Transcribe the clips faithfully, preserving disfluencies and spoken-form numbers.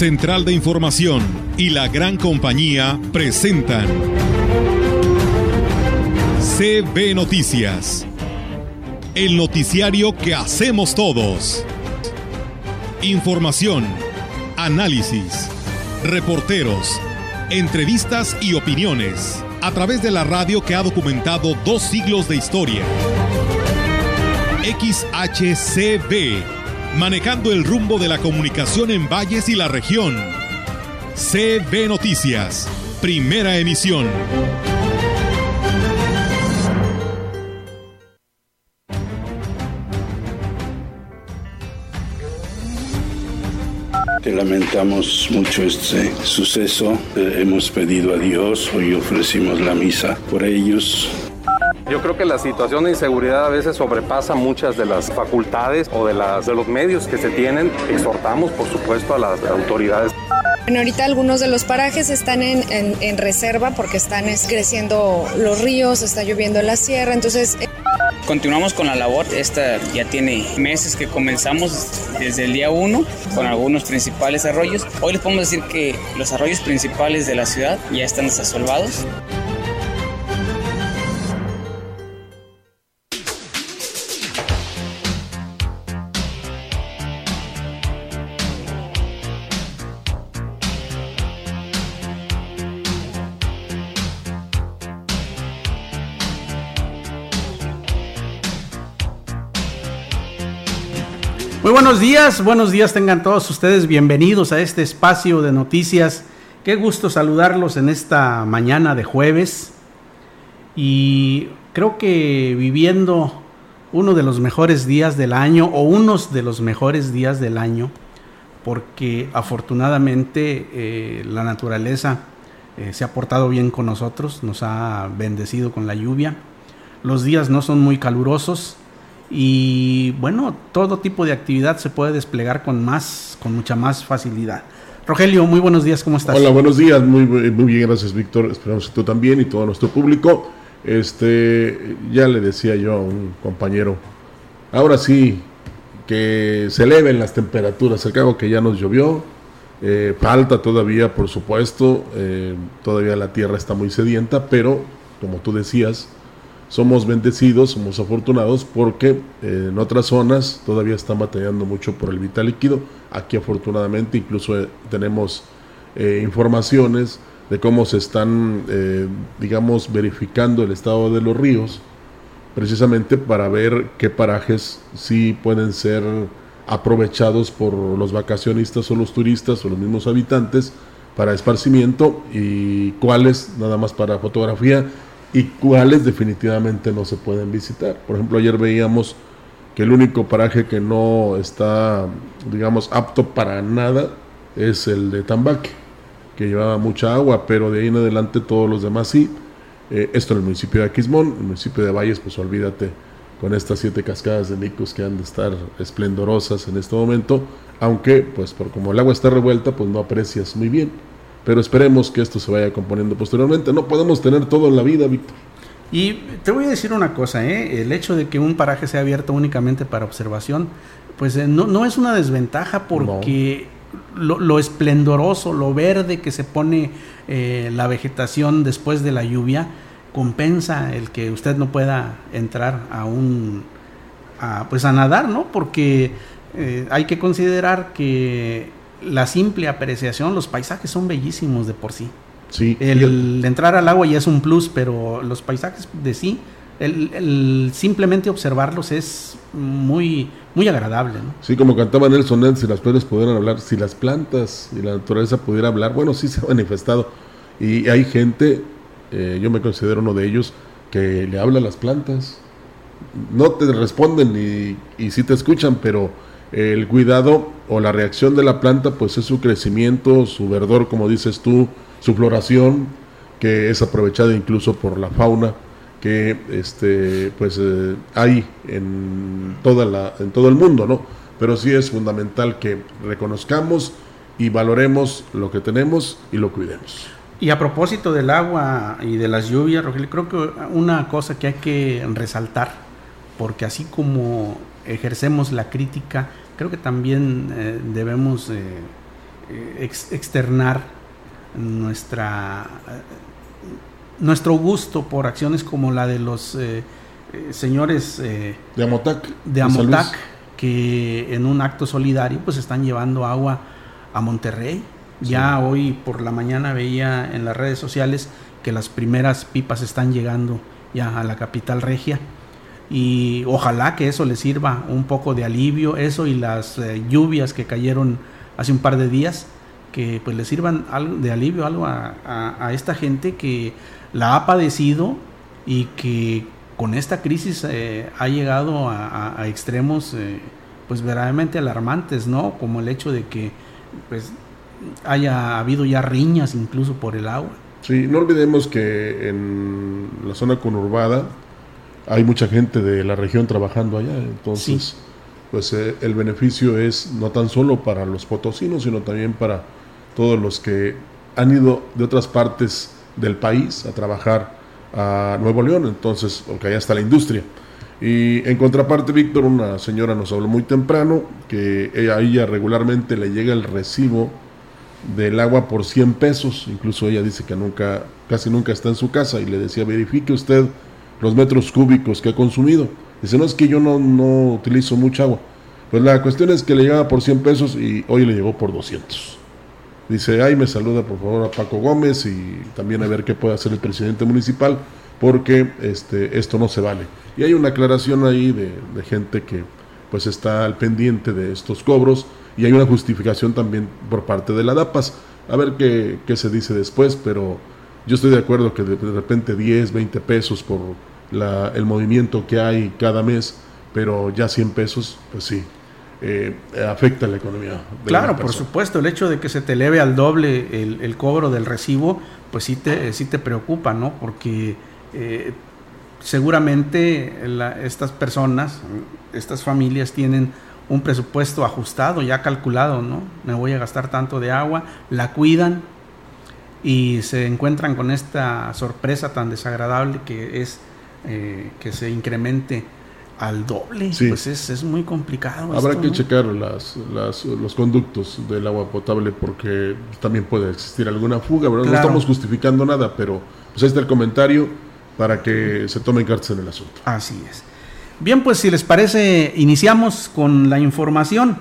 Central de Información y la gran compañía presentan C B Noticias, el noticiario que hacemos todos. Información, análisis, reporteros, entrevistas y opiniones a través de la radio que ha documentado dos siglos de historia. X H C B, manejando el rumbo de la comunicación en valles y la región. C B Noticias, primera emisión. Lamentamos mucho este suceso. Eh, hemos pedido a Dios, hoy ofrecimos la misa por ellos. Yo creo que la situación de inseguridad a veces sobrepasa muchas de las facultades o de, las, de los medios que se tienen. Exhortamos, por supuesto, a las autoridades. Bueno, ahorita algunos de los parajes están en, en, en reserva porque están es, creciendo los ríos, está lloviendo en la sierra, entonces... Continuamos con la labor, esta ya tiene meses que comenzamos desde el día uno con algunos principales arroyos. Hoy les podemos decir que los arroyos principales de la ciudad ya están desasolvados. Muy buenos días, buenos días tengan todos ustedes, bienvenidos a este espacio de noticias. Qué gusto saludarlos en esta mañana de jueves y creo que viviendo uno de los mejores días del año o unos de los mejores días del año, porque afortunadamente eh, la naturaleza eh, se ha portado bien con nosotros, nos ha bendecido con la lluvia, los días no son muy calurosos. Y bueno, todo tipo de actividad se puede desplegar con más, con mucha más facilidad. Rogelio, muy buenos días, ¿cómo estás? Hola, buenos días, muy, muy bien, gracias Víctor, esperamos que tú también y todo nuestro público. Este, ya le decía yo a un compañero, ahora sí, que se eleven las temperaturas, al cabo que ya nos llovió, eh, falta todavía, por supuesto, eh, todavía la tierra está muy sedienta, pero como tú decías, somos bendecidos, somos afortunados porque eh, en otras zonas todavía están batallando mucho por el vital líquido. Aquí afortunadamente incluso eh, tenemos eh, informaciones de cómo se están, eh, digamos, verificando el estado de los ríos, precisamente para ver qué parajes sí pueden ser aprovechados por los vacacionistas o los turistas o los mismos habitantes para esparcimiento y cuáles nada más para fotografía y cuáles definitivamente no se pueden visitar. Por ejemplo, ayer veíamos que el único paraje que no está, digamos, apto para nada es el de Tambaque, que llevaba mucha agua, pero de ahí en adelante todos los demás sí. Eh, esto en el municipio de Aquismón, el municipio de Valles, pues olvídate, con estas siete cascadas de micos que han de estar esplendorosas en este momento, aunque pues por como el agua está revuelta, pues no aprecias muy bien. Pero esperemos que esto se vaya componiendo posteriormente. No podemos tener todo en la vida, Víctor. Y te voy a decir una cosa, ¿eh? El hecho de que un paraje sea abierto únicamente para observación, pues eh, no, no es una desventaja porque no. lo, lo esplendoroso, lo verde que se pone eh, la vegetación después de la lluvia, compensa el que usted no pueda entrar a un, a, pues a nadar, ¿no? Porque eh, hay que considerar que la simple apreciación, los paisajes son bellísimos de por sí. Sí. El, el entrar al agua ya es un plus, pero los paisajes de sí, el, el simplemente observarlos es muy, muy agradable, ¿no? Sí, como cantaba Nelson Ned, si las flores pudieran hablar, si las plantas y la naturaleza pudiera hablar, bueno, sí se ha manifestado. Y hay gente, eh, yo me considero uno de ellos, que le habla a las plantas. No te responden y, y sí te escuchan, pero el cuidado o la reacción de la planta pues es su crecimiento, su verdor, como dices tú, su floración, que es aprovechada incluso por la fauna que este pues eh, hay en toda la en todo el mundo, ¿no? Pero sí es fundamental que reconozcamos y valoremos lo que tenemos y lo cuidemos. Y a propósito del agua y de las lluvias, Rogelio, creo que una cosa que hay que resaltar, porque así como ejercemos la crítica, creo que también eh, debemos eh, ex, externar nuestra nuestro gusto por acciones como la de los eh, eh, señores eh, de Amotac, de Amotac, que en un acto solidario pues están llevando agua a Monterrey. Sí. Ya hoy por la mañana veía en las redes sociales que las primeras pipas están llegando ya a la capital regia, y ojalá que eso les sirva un poco de alivio, eso y las eh, lluvias que cayeron hace un par de días, que pues les sirvan algo de alivio, algo a, a, a esta gente que la ha padecido y que con esta crisis eh, ha llegado a, a, a extremos eh, pues verdaderamente alarmantes, ¿no? Como el hecho de que pues haya habido ya riñas incluso por el agua. Sí, no olvidemos que en la zona conurbada hay mucha gente de la región trabajando allá, entonces sí. pues eh, el beneficio es no tan solo para los potosinos, sino también para todos los que han ido de otras partes del país a trabajar a Nuevo León, entonces, porque allá está la industria. Y en contraparte, Víctor, una señora nos habló muy temprano que ella, a ella regularmente le llega el recibo del agua por cien pesos, incluso ella dice que nunca, casi nunca está en su casa, y le decía, verifique usted los metros cúbicos que ha consumido. Dice, no, es que yo no, no utilizo mucha agua. Pues la cuestión es que le llegaba por cien pesos y hoy le llegó por doscientos. Dice, ay, me saluda por favor a Paco Gómez y también a ver qué puede hacer el presidente municipal, porque este, esto no se vale. Y hay una aclaración ahí de, de gente que pues está al pendiente de estos cobros, y hay una justificación también por parte de la DAPAS. A ver qué, qué se dice después, pero yo estoy de acuerdo que de, de repente diez, veinte pesos por la, el movimiento que hay cada mes, pero ya cien pesos, pues sí, eh, afecta la economía. Claro, por supuesto, el hecho de que se te eleve al doble el, el cobro del recibo, pues sí te, sí te preocupa, ¿no? Porque eh, seguramente la, estas personas, estas familias tienen un presupuesto ajustado, ya calculado, ¿no? Me voy a gastar tanto de agua, la cuidan y se encuentran con esta sorpresa tan desagradable que es eh, que se incremente al doble. Sí. Pues es, es muy complicado. Habrá esto, que ¿no? checar las, las, los conductos del agua potable, porque también puede existir alguna fuga, ¿verdad? Claro. No estamos justificando nada, pero pues ahí está el comentario para que se tomen cartas en el asunto. Así es. Bien, pues si les parece, iniciamos con la información.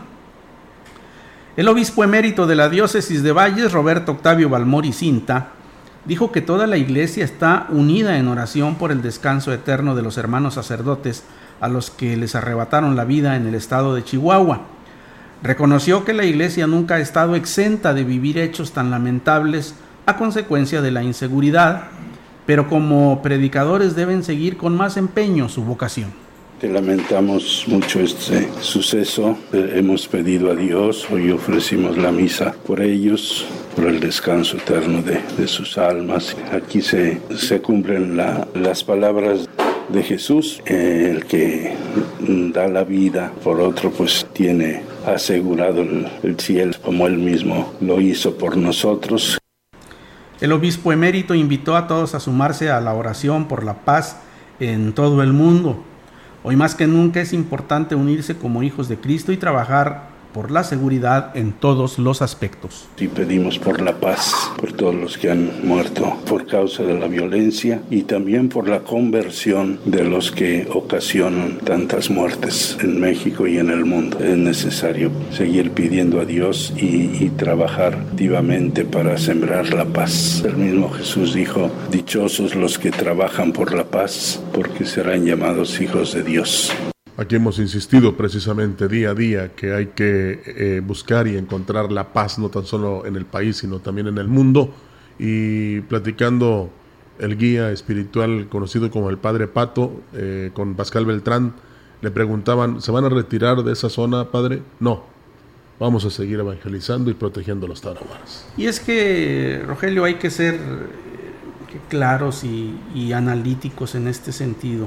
El obispo emérito de la diócesis de Valles, Roberto Octavio Balmori Cinta, dijo que toda la iglesia está unida en oración por el descanso eterno de los hermanos sacerdotes a los que les arrebataron la vida en el estado de Chihuahua. Reconoció que la iglesia nunca ha estado exenta de vivir hechos tan lamentables a consecuencia de la inseguridad, pero como predicadores deben seguir con más empeño su vocación. Lamentamos mucho este suceso. Hemos pedido a Dios, hoy ofrecimos la misa por ellos, por el descanso eterno de, de sus almas. Aquí se, se cumplen la, las palabras de Jesús, eh, el que da la vida por otro, pues tiene asegurado el, el cielo, como él mismo lo hizo por nosotros. El obispo emérito invitó a todos a sumarse a la oración por la paz en todo el mundo. Hoy más que nunca es importante unirse como hijos de Cristo y trabajar por la seguridad en todos los aspectos. Y pedimos por la paz, por todos los que han muerto por causa de la violencia y también por la conversión de los que ocasionan tantas muertes en México y en el mundo. Es necesario seguir pidiendo a Dios y, y trabajar activamente para sembrar la paz. El mismo Jesús dijo, dichosos los que trabajan por la paz, porque serán llamados hijos de Dios. Aquí hemos insistido precisamente día a día que hay que eh, buscar y encontrar la paz no tan solo en el país, sino también en el mundo. Y platicando el guía espiritual conocido como el Padre Pato, eh, con Pascal Beltrán, le preguntaban, ¿se van a retirar de esa zona, Padre? No, vamos a seguir evangelizando y protegiendo los tarahumaras. Y es que, Rogelio, hay que ser claros y, y analíticos en este sentido.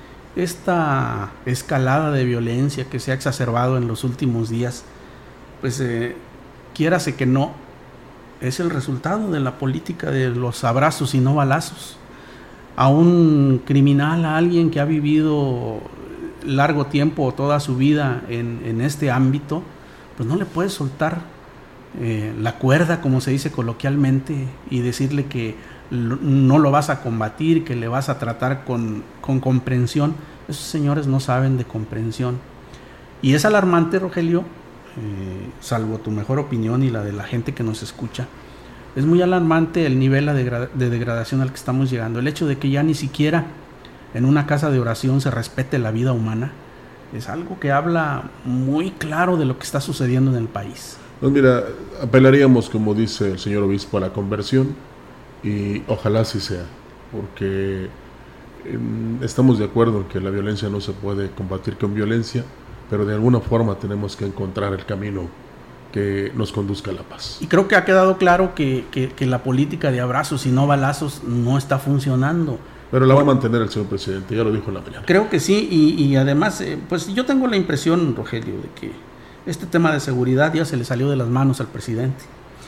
Esta escalada de violencia que se ha exacerbado en los últimos días, pues eh, quiérase que no, es el resultado de la política de los abrazos y no balazos. A un criminal, a alguien que ha vivido largo tiempo o toda su vida en, en este ámbito, pues no le puedes soltar eh, la cuerda, como se dice coloquialmente, y decirle que lo, no lo vas a combatir, que le vas a tratar con, con comprensión. Esos señores no saben de comprensión. Y es alarmante, Rogelio, eh, salvo tu mejor opinión y la de la gente que nos escucha, es muy alarmante el nivel de, degra- de degradación al que estamos llegando. El hecho de que ya ni siquiera en una casa de oración se respete la vida humana es algo que habla muy claro de lo que está sucediendo en el país. Pues mira, apelaríamos, como dice el señor obispo, a la conversión, y ojalá así sea, porque eh, estamos de acuerdo en que la violencia no se puede combatir con violencia, pero de alguna forma tenemos que encontrar el camino que nos conduzca a la paz. Y creo que ha quedado claro que, que, que la política de abrazos y no balazos no está funcionando. Pero la va a mantener el señor presidente, ya lo dijo en la mañana. Creo que sí, y, y además, eh, pues yo tengo la impresión, Rogelio, de que este tema de seguridad ya se le salió de las manos al presidente.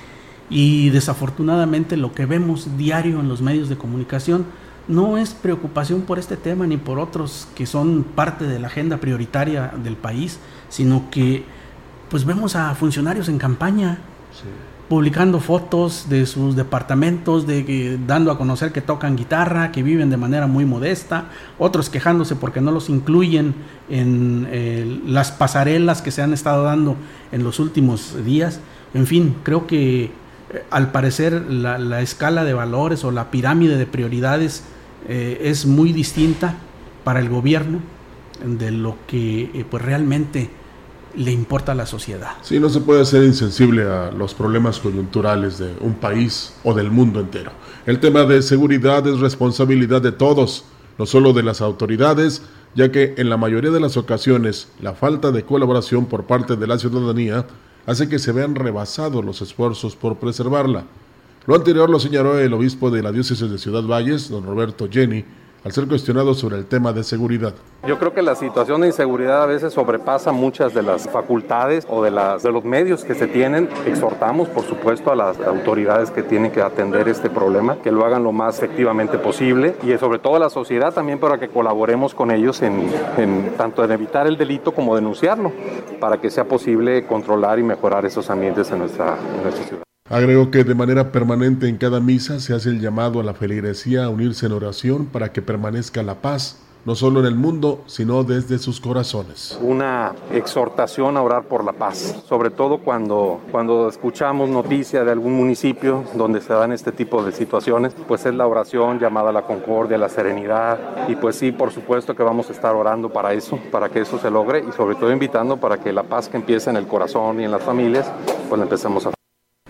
Y desafortunadamente lo que vemos diario en los medios de comunicación no es preocupación por este tema ni por otros que son parte de la agenda prioritaria del país, sino que pues vemos a funcionarios en campaña, sí, publicando fotos de sus departamentos, de que, dando a conocer que tocan guitarra, que viven de manera muy modesta, otros quejándose porque no los incluyen en eh, las pasarelas que se han estado dando en los últimos días. En fin, creo que eh, al parecer la, la escala de valores o la pirámide de prioridades eh, es muy distinta para el gobierno de lo que eh, pues realmente le importa a la sociedad. Sí, no se puede ser insensible a los problemas coyunturales de un país o del mundo entero. El tema de seguridad es responsabilidad de todos, no solo de las autoridades, ya que en la mayoría de las ocasiones la falta de colaboración por parte de la ciudadanía hace que se vean rebasados los esfuerzos por preservarla. Lo anterior lo señaló el obispo de la diócesis de Ciudad Valles, don Roberto Jenny, al ser cuestionado sobre el tema de seguridad. Yo creo que la situación de inseguridad a veces sobrepasa muchas de las facultades o de, las, de los medios que se tienen. Exhortamos, por supuesto, a las autoridades que tienen que atender este problema, que lo hagan lo más efectivamente posible, y sobre todo a la sociedad también para que colaboremos con ellos en, en tanto en evitar el delito como denunciarlo, para que sea posible controlar y mejorar esos ambientes en nuestra, en nuestra ciudad. Agregó que de manera permanente en cada misa se hace el llamado a la feligresía a unirse en oración para que permanezca la paz, no solo en el mundo, sino desde sus corazones. Una exhortación a orar por la paz, sobre todo cuando, cuando escuchamos noticias de algún municipio donde se dan este tipo de situaciones, pues es la oración llamada a la concordia, a la serenidad, y pues sí, por supuesto que vamos a estar orando para eso, para que eso se logre, y sobre todo invitando para que la paz que empieza en el corazón y en las familias, pues la empecemos a.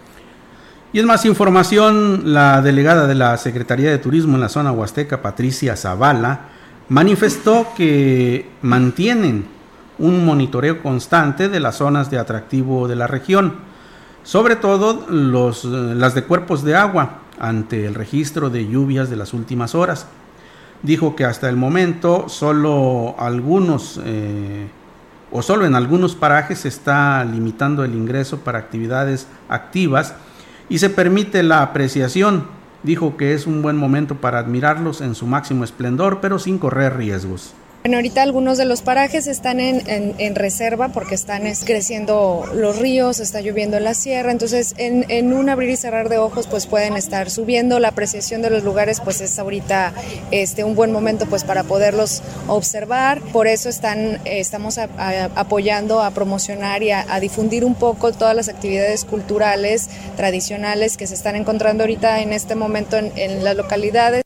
Y en más información, la delegada de la Secretaría de Turismo en la zona huasteca, Patricia Zavala, manifestó que mantienen un monitoreo constante de las zonas de atractivo de la región, sobre todo los, las de cuerpos de agua, ante el registro de lluvias de las últimas horas. Dijo que hasta el momento solo algunos eh, o solo en algunos parajes se está limitando el ingreso para actividades activas y se permite la apreciación. Dijo que es un buen momento para admirarlos en su máximo esplendor, pero sin correr riesgos. Bueno, ahorita algunos de los parajes están en, en, en reserva porque están es, creciendo los ríos, está lloviendo en la sierra, entonces en, en un abrir y cerrar de ojos pues pueden estar subiendo. La apreciación de los lugares pues es ahorita este, un buen momento pues para poderlos observar. Por eso están, eh, estamos a, a, apoyando a promocionar y a, a difundir un poco todas las actividades culturales tradicionales que se están encontrando ahorita en este momento en, en las localidades.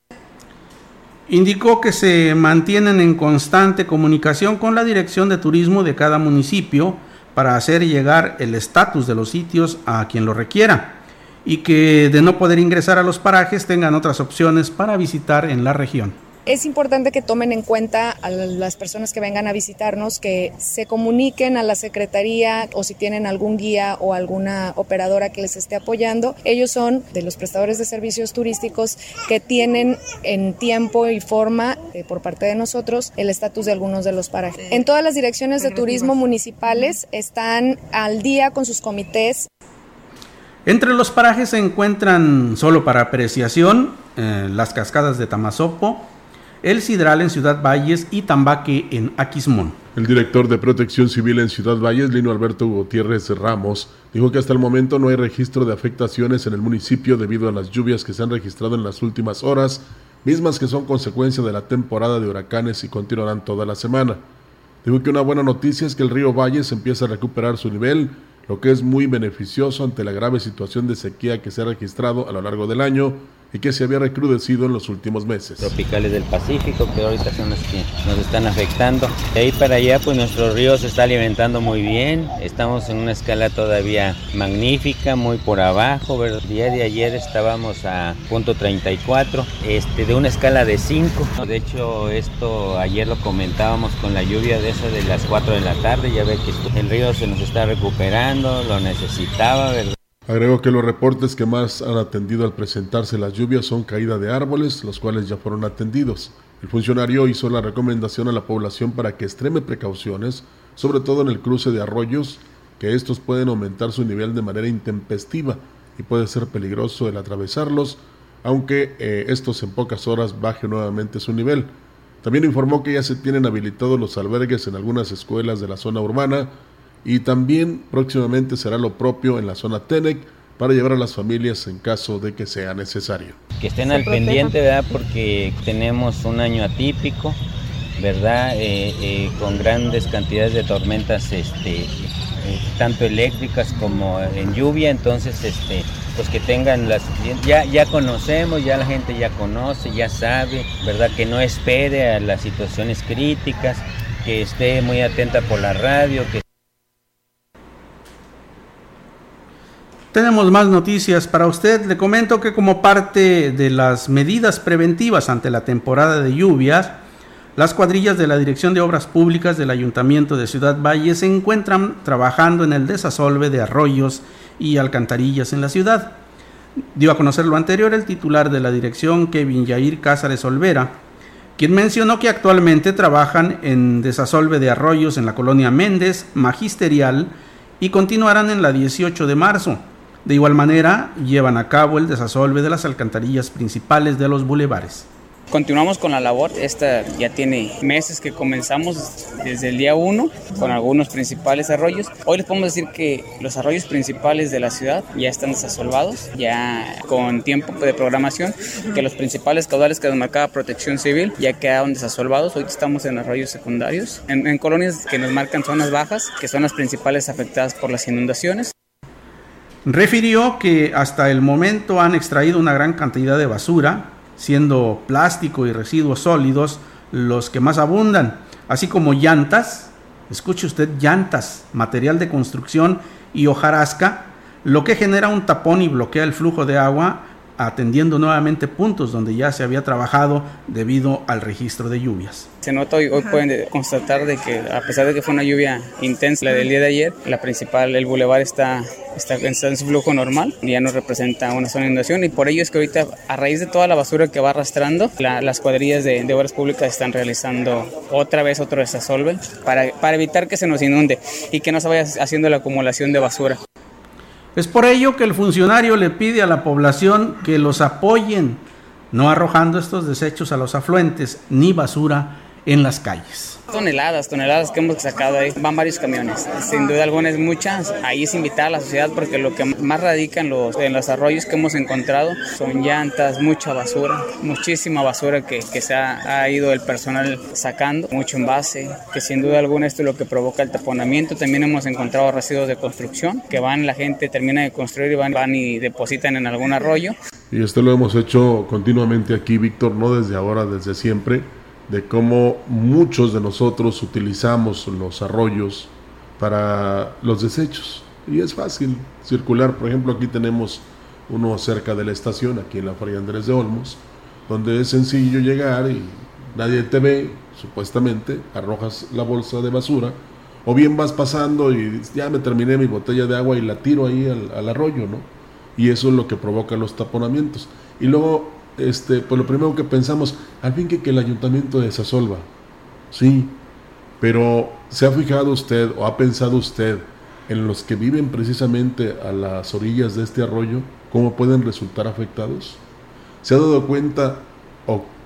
Indicó que se mantienen en constante comunicación con la Dirección de Turismo de cada municipio para hacer llegar el estatus de los sitios a quien lo requiera y que de no poder ingresar a los parajes tengan otras opciones para visitar en la región. Es importante que tomen en cuenta a las personas que vengan a visitarnos, que se comuniquen a la Secretaría o si tienen algún guía o alguna operadora que les esté apoyando. Ellos son de los prestadores de servicios turísticos que tienen en tiempo y forma eh, por parte de nosotros el estatus de algunos de los parajes. En todas las direcciones de turismo municipales están al día con sus comités. Entre los parajes se encuentran, solo para apreciación, eh, las cascadas de Tamazopo, El Sidral en Ciudad Valles y Tambaque en Aquismón. El director de Protección Civil en Ciudad Valles, Lino Alberto Gutiérrez Ramos, dijo que hasta el momento no hay registro de afectaciones en el municipio debido a las lluvias que se han registrado en las últimas horas, mismas que son consecuencia de la temporada de huracanes y continuarán toda la semana. Dijo que una buena noticia es que el río Valles empieza a recuperar su nivel, lo que es muy beneficioso ante la grave situación de sequía que se ha registrado a lo largo del año y que se había recrudecido en los últimos meses. Tropicales del Pacífico, que ahorita son los que nos están afectando. De ahí para allá, pues nuestro río se está alimentando muy bien. Estamos en una escala todavía magnífica, muy por abajo. El día de ayer estábamos a punto treinta y cuatro, este, de una escala de cinco. De hecho, esto ayer lo comentábamos con la lluvia de esa de las cuatro de la tarde. Ya ve que el río se nos está recuperando, lo necesitaba, ¿verdad? Agregó que los reportes que más han atendido al presentarse las lluvias son caída de árboles, los cuales ya fueron atendidos. El funcionario hizo la recomendación a la población para que extreme precauciones, sobre todo en el cruce de arroyos, que estos pueden aumentar su nivel de manera intempestiva y puede ser peligroso el atravesarlos, aunque eh, estos en pocas horas baje nuevamente su nivel. También informó que ya se tienen habilitados los albergues en algunas escuelas de la zona urbana, y también próximamente será lo propio en la zona Tenec para llevar a las familias en caso de que sea necesario. Que estén al pendiente, ¿verdad? Porque tenemos un año atípico, ¿verdad? Eh, eh, con grandes cantidades de tormentas, este, eh, tanto eléctricas como en lluvia, entonces, este, pues que tengan las, ya, ya conocemos, ya la gente ya conoce, ya sabe, ¿verdad? Que no espere a las situaciones críticas, que esté muy atenta por la radio, que Tenemos más noticias para usted. Le comento que como parte de las medidas preventivas ante la temporada de lluvias, las cuadrillas de la Dirección de Obras Públicas del Ayuntamiento de Ciudad Valles se encuentran trabajando en el desasolve de arroyos y alcantarillas en la ciudad. Dio a conocer lo anterior el titular de la dirección, Kevin Yair Cázares Olvera, quien mencionó que actualmente trabajan en desasolve de arroyos en la colonia Méndez, Magisterial, y continuarán en la dieciocho de marzo. De igual manera, llevan a cabo el desasolve de las alcantarillas principales de los bulevares. Continuamos con la labor, esta ya tiene meses que comenzamos desde el día uno con algunos principales arroyos. Hoy les podemos decir que los arroyos principales de la ciudad ya están desasolvados, ya con tiempo de programación, que los principales caudales que nos marcaba Protección Civil ya quedaron desasolvados. Hoy estamos en arroyos secundarios, en, en colonias que nos marcan zonas bajas, que son las principales afectadas por las inundaciones. Refirió que hasta el momento han extraído una gran cantidad de basura, siendo plástico y residuos sólidos los que más abundan, así como llantas, escuche usted, llantas, material de construcción y hojarasca, lo que genera un tapón y bloquea el flujo de agua, atendiendo nuevamente puntos donde ya se había trabajado debido al registro de lluvias. Se nota hoy, hoy pueden constatar de que a pesar de que fue una lluvia intensa la del día de ayer, la principal, el bulevar está, está, está en su flujo normal, ya no representa una zona de inundación, y por ello es que ahorita, a raíz de toda la basura que va arrastrando, la, las cuadrillas de, de obras públicas están realizando otra vez otro desasolve para, para evitar que se nos inunde y que no se vaya haciendo la acumulación de basura. Es por ello que el funcionario le pide a la población que los apoyen, no arrojando estos desechos a los afluentes ni basura en las calles. Toneladas, toneladas que hemos sacado ahí, van varios camiones, sin duda alguna es muchas. Ahí es invitar a la sociedad porque lo que más radica en los, en los arroyos que hemos encontrado son llantas, mucha basura, muchísima basura que, que se ha, ha ido el personal sacando, mucho envase, que sin duda alguna esto es lo que provoca el taponamiento. También hemos encontrado residuos de construcción que van, la gente termina de construir y van, van y depositan en algún arroyo. Y esto lo hemos hecho continuamente aquí, Víctor, no desde ahora, desde siempre, de cómo muchos de nosotros utilizamos los arroyos para los desechos. Y es fácil circular. Por ejemplo, aquí tenemos uno cerca de la estación, aquí en la Fray Andrés de Olmos, donde es sencillo llegar y nadie te ve, supuestamente, arrojas la bolsa de basura, o bien vas pasando y ya me terminé mi botella de agua y la tiro ahí al, al arroyo, ¿no? Y eso es lo que provoca los taponamientos. Y luego, Este, pues lo primero que pensamos, al fin que, que el ayuntamiento desasolva, sí, pero ¿se ha fijado usted o ha pensado usted en los que viven precisamente a las orillas de este arroyo, cómo pueden resultar afectados? ¿Se ha dado cuenta o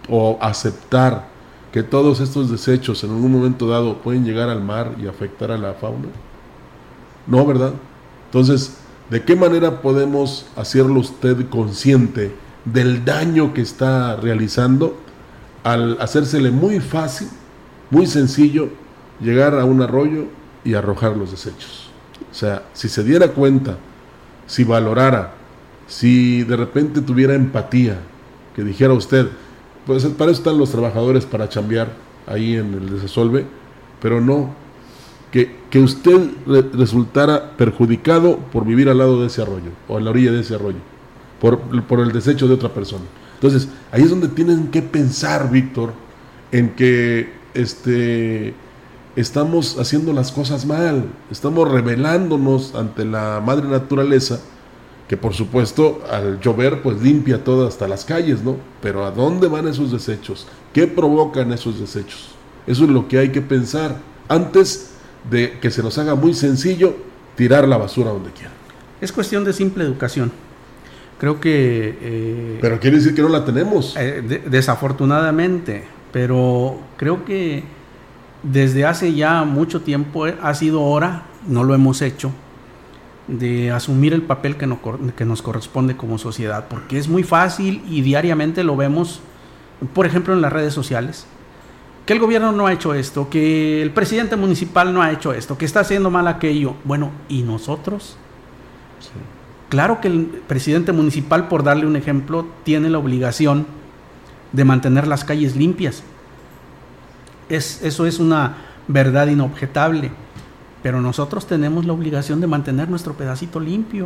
o aceptar que todos estos desechos en un momento dado pueden llegar al mar y afectar a la fauna? No, ¿verdad? Entonces, ¿de qué manera podemos hacerlo usted consciente del daño que está realizando al hacérsele muy fácil, muy sencillo, llegar a un arroyo y arrojar los desechos? O sea, si se diera cuenta, si valorara, si de repente tuviera empatía, que dijera usted, pues para eso están los trabajadores, para chambear ahí en el desasolve, pero no, que, que usted re- resultara perjudicado por vivir al lado de ese arroyo, o en la orilla de ese arroyo, por, por el desecho de otra persona. Entonces, ahí es donde tienen que pensar, Víctor, en que este, estamos haciendo las cosas mal, estamos rebelándonos ante la madre naturaleza, que por supuesto al llover pues limpia todo hasta las calles, ¿no? Pero ¿a dónde van esos desechos? ¿Qué provocan esos desechos? Eso es lo que hay que pensar antes de que se nos haga muy sencillo tirar la basura donde quiera. Es cuestión de simple educación. Creo que... Eh, pero quiere decir que no la tenemos. Eh, de, desafortunadamente, pero creo que desde hace ya mucho tiempo ha sido hora, no lo hemos hecho, de asumir el papel que, no, que nos corresponde como sociedad, porque es muy fácil y diariamente lo vemos, por ejemplo en las redes sociales, que el gobierno no ha hecho esto, que el presidente municipal no ha hecho esto, que está haciendo mal aquello. Bueno, ¿y nosotros? Sí. Claro que el presidente municipal, por darle un ejemplo, tiene la obligación de mantener las calles limpias. Es, eso es una verdad inobjetable. Pero nosotros tenemos la obligación de mantener nuestro pedacito limpio.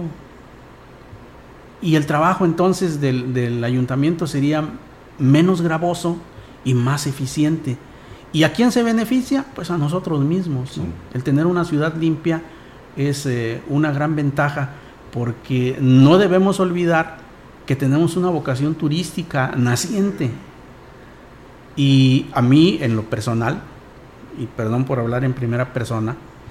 Y el trabajo entonces del, del ayuntamiento sería menos gravoso y más eficiente. ¿Y a quién se beneficia? Pues a nosotros mismos, ¿no? Sí. El tener una ciudad limpia es eh, una gran ventaja, porque no debemos olvidar que tenemos una vocación turística naciente. Y a mí, en lo personal, y perdón por hablar en primera persona,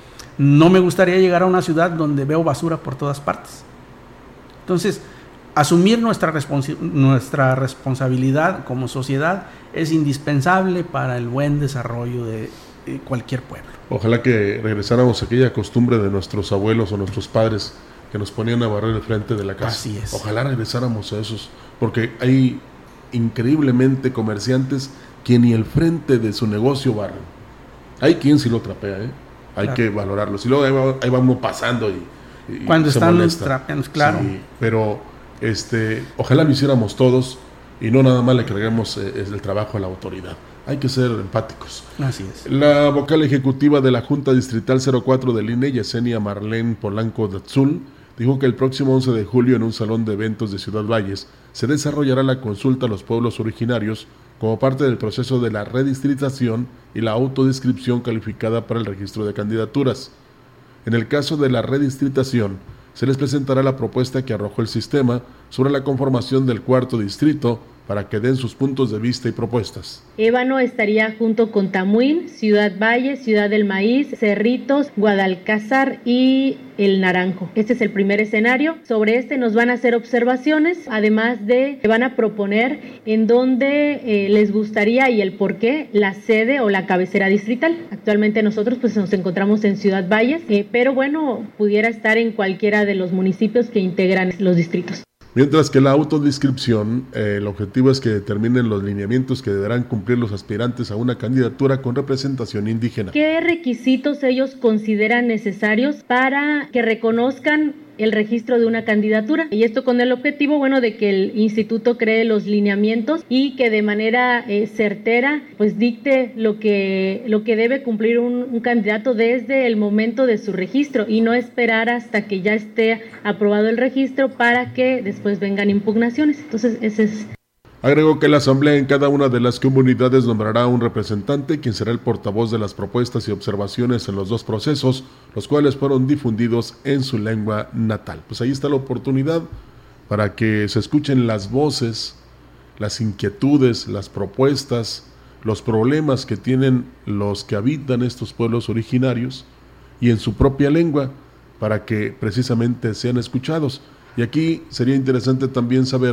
no me gustaría llegar a una ciudad donde veo basura por todas partes. Entonces, asumir nuestra, responsi- nuestra responsabilidad como sociedad es indispensable para el buen desarrollo de, de cualquier pueblo. Ojalá que regresáramos a aquella costumbre de nuestros abuelos o nuestros padres que nos ponían a barrer el frente de la casa. Así es. Ojalá regresáramos a esos, porque hay increíblemente comerciantes que ni el frente de su negocio barren. Hay quien sí lo trapea, ¿eh? Hay claro. que valorarlo. Si luego ahí va, ahí va uno pasando y, y cuando se están molesta. trapeando, claro. Sí, pero este, ojalá lo hiciéramos todos y no nada más le carguemos eh, el trabajo a la autoridad. Hay que ser empáticos. Así es. La vocal ejecutiva de la Junta Distrital cero cuatro del I N E, Yesenia Marlene Polanco Datzul, dijo que el próximo once de julio en un salón de eventos de Ciudad Valles se desarrollará la consulta a los pueblos originarios como parte del proceso de la redistritación y la autodescripción calificada para el registro de candidaturas. En el caso de la redistritación, se les presentará la propuesta que arrojó el sistema sobre la conformación del cuarto distrito para que den sus puntos de vista y propuestas. Ébano estaría junto con Tamuín, Ciudad Valle, Ciudad del Maíz, Cerritos, Guadalcázar y El Naranjo. Este es el primer escenario. Sobre este nos van a hacer observaciones, además de que van a proponer en dónde eh, les gustaría y el por qué la sede o la cabecera distrital. Actualmente nosotros pues nos encontramos en Ciudad Valles, eh, pero bueno, pudiera estar en cualquiera de los municipios que integran los distritos. Mientras que la autodescripción, eh, el objetivo es que determinen los lineamientos que deberán cumplir los aspirantes a una candidatura con representación indígena. ¿Qué requisitos ellos consideran necesarios para que reconozcan el registro de una candidatura? Y esto con el objetivo, bueno, de que el instituto cree los lineamientos y que de manera eh, certera, pues dicte lo que, lo que debe cumplir un, un candidato desde el momento de su registro y no esperar hasta que ya esté aprobado el registro para que después vengan impugnaciones. Entonces, ese es... Agregó que la asamblea en cada una de las comunidades nombrará un representante, quien será el portavoz de las propuestas y observaciones en los dos procesos, los cuales fueron difundidos en su lengua natal. Pues ahí está la oportunidad para que se escuchen las voces, las inquietudes, las propuestas, los problemas que tienen los que habitan estos pueblos originarios y en su propia lengua, para que precisamente sean escuchados. Y aquí sería interesante también saber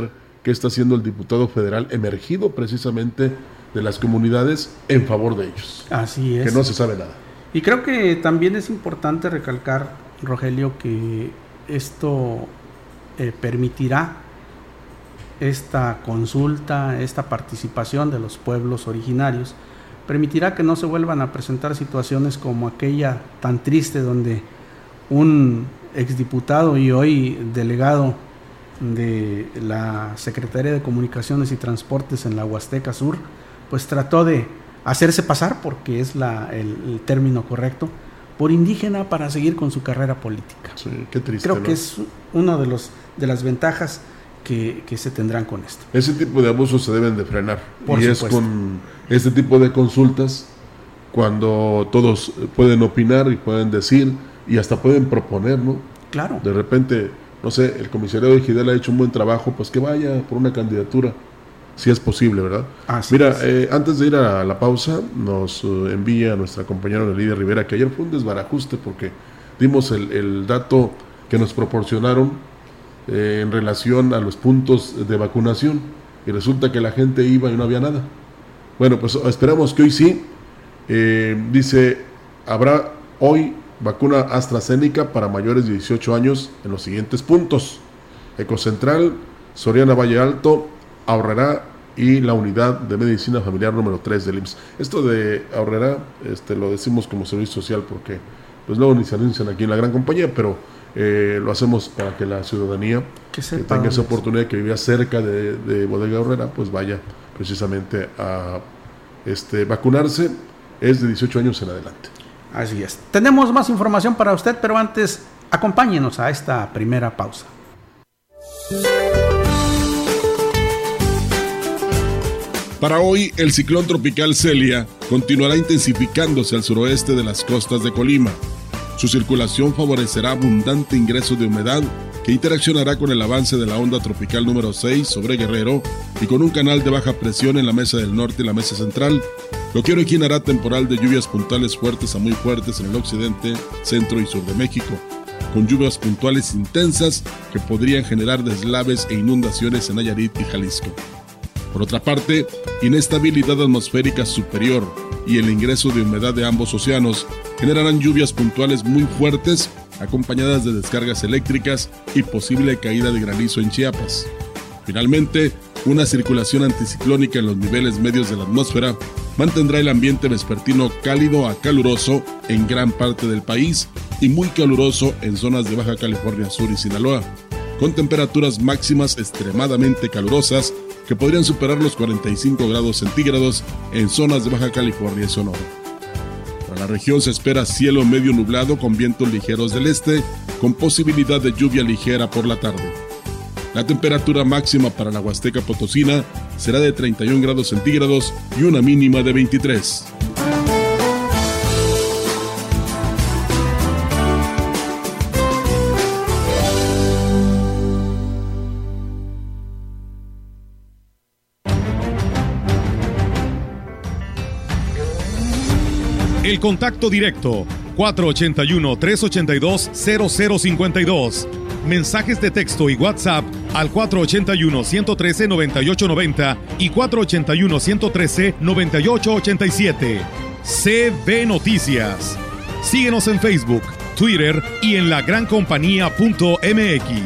que está haciendo el diputado federal emergido precisamente de las comunidades en favor de ellos. Así es. Que no se sabe nada. Y creo que también es importante recalcar, Rogelio, que esto eh, permitirá esta consulta, esta participación de los pueblos originarios, permitirá que no se vuelvan a presentar situaciones como aquella tan triste donde un exdiputado y hoy delegado de la Secretaría de Comunicaciones y Transportes en la Huasteca Sur, pues trató de hacerse pasar, porque es la, el, el término correcto, por indígena para seguir con su carrera política. Sí, qué triste. Creo ¿no? que es una de, los, de las ventajas que, que se tendrán con esto. Ese tipo de abusos se deben de frenar. Por y supuesto. Es con este tipo de consultas cuando todos pueden opinar y pueden decir y hasta pueden proponer, ¿no? Claro. De repente, no sé, el comisariado de Gidel ha hecho un buen trabajo, pues que vaya por una candidatura, si es posible, ¿verdad? Así Mira, es. eh, antes de ir a la pausa, nos uh, envía nuestra compañera Lidia Rivera que ayer fue un desbarajuste porque dimos el, el dato que nos proporcionaron eh, en relación a los puntos de vacunación y resulta que la gente iba y no había nada. Bueno, pues esperamos que hoy sí. Eh, dice, habrá hoy vacuna AstraZeneca para mayores de dieciocho años en los siguientes puntos: Ecocentral, Soriana Valle Alto, Aurrerá y la unidad de medicina familiar número tres del I M S S. Esto de Aurrerá este, lo decimos como servicio social porque pues luego ni se anuncian aquí en la gran compañía, pero eh, lo hacemos para que la ciudadanía que, que tenga esa oportunidad, que vivía cerca de, de Bodega Aurrerá, pues vaya precisamente a este, vacunarse. Es de dieciocho años en adelante. Así es. Tenemos más información para usted, pero antes acompáñenos a esta primera pausa. Para hoy, el ciclón tropical Celia continuará intensificándose al suroeste de las costas de Colima. Su circulación favorecerá abundante ingreso de humedad que interaccionará con el avance de la onda tropical número seis sobre Guerrero y con un canal de baja presión en la mesa del norte y la mesa central, lo que originará temporal de lluvias puntuales fuertes a muy fuertes en el occidente, centro y sur de México, con lluvias puntuales intensas que podrían generar deslaves e inundaciones en Nayarit y Jalisco. Por otra parte, inestabilidad atmosférica superior y el ingreso de humedad de ambos océanos generarán lluvias puntuales muy fuertes, acompañadas de descargas eléctricas y posible caída de granizo en Chiapas. Finalmente, una circulación anticiclónica en los niveles medios de la atmósfera mantendrá el ambiente vespertino cálido a caluroso en gran parte del país y muy caluroso en zonas de Baja California Sur y Sinaloa, con temperaturas máximas extremadamente calurosas que podrían superar los cuarenta y cinco grados centígrados en zonas de Baja California y Sonora. Para la región se espera cielo medio nublado con vientos ligeros del este, con posibilidad de lluvia ligera por la tarde. La temperatura máxima para la Huasteca Potosina será de treinta y un grados centígrados y una mínima de veintitrés. El contacto directo cuatro ochenta y uno, trescientos ochenta y dos, cero cero cincuenta y dos. Mensajes de texto y WhatsApp al cuatro ochenta y uno, ciento trece, noventa y ocho noventa y cuatro ochenta y uno, ciento trece, noventa y ocho ochenta y siete. C B Noticias. Síguenos en Facebook, Twitter y en la gran compañía punto m x.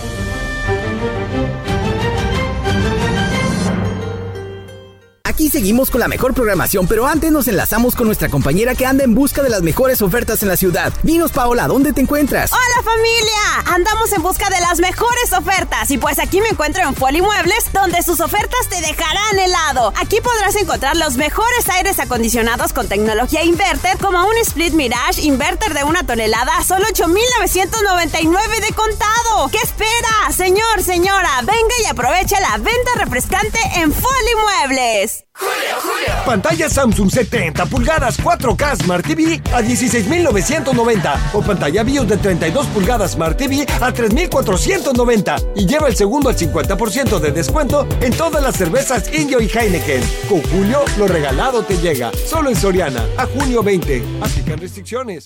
Aquí seguimos con la mejor programación, pero antes nos enlazamos con nuestra compañera que anda en busca de las mejores ofertas en la ciudad. Dinos, Paola, ¿dónde te encuentras? ¡Hola, familia! Andamos en busca de las mejores ofertas y pues aquí me encuentro en Foli Muebles, donde sus ofertas te dejarán helado. Aquí podrás encontrar los mejores aires acondicionados con tecnología inverter, como un Split Mirage Inverter de una tonelada a solo ocho mil novecientos noventa y nueve de contado. ¿Qué espera? Señor, señora, venga y aprovecha la venta refrescante en Foli Muebles. ¡Julio, Julio! Pantalla Samsung setenta pulgadas cuatro K Smart T V a dieciséis mil novecientos noventa o pantalla BIOS de treinta y dos pulgadas Smart T V a tres mil cuatrocientos noventa y lleva el segundo al cincuenta por ciento de descuento en todas las cervezas Indio y Heineken. Con Julio, lo regalado te llega. Solo en Soriana, a junio veinte. Aplican restricciones.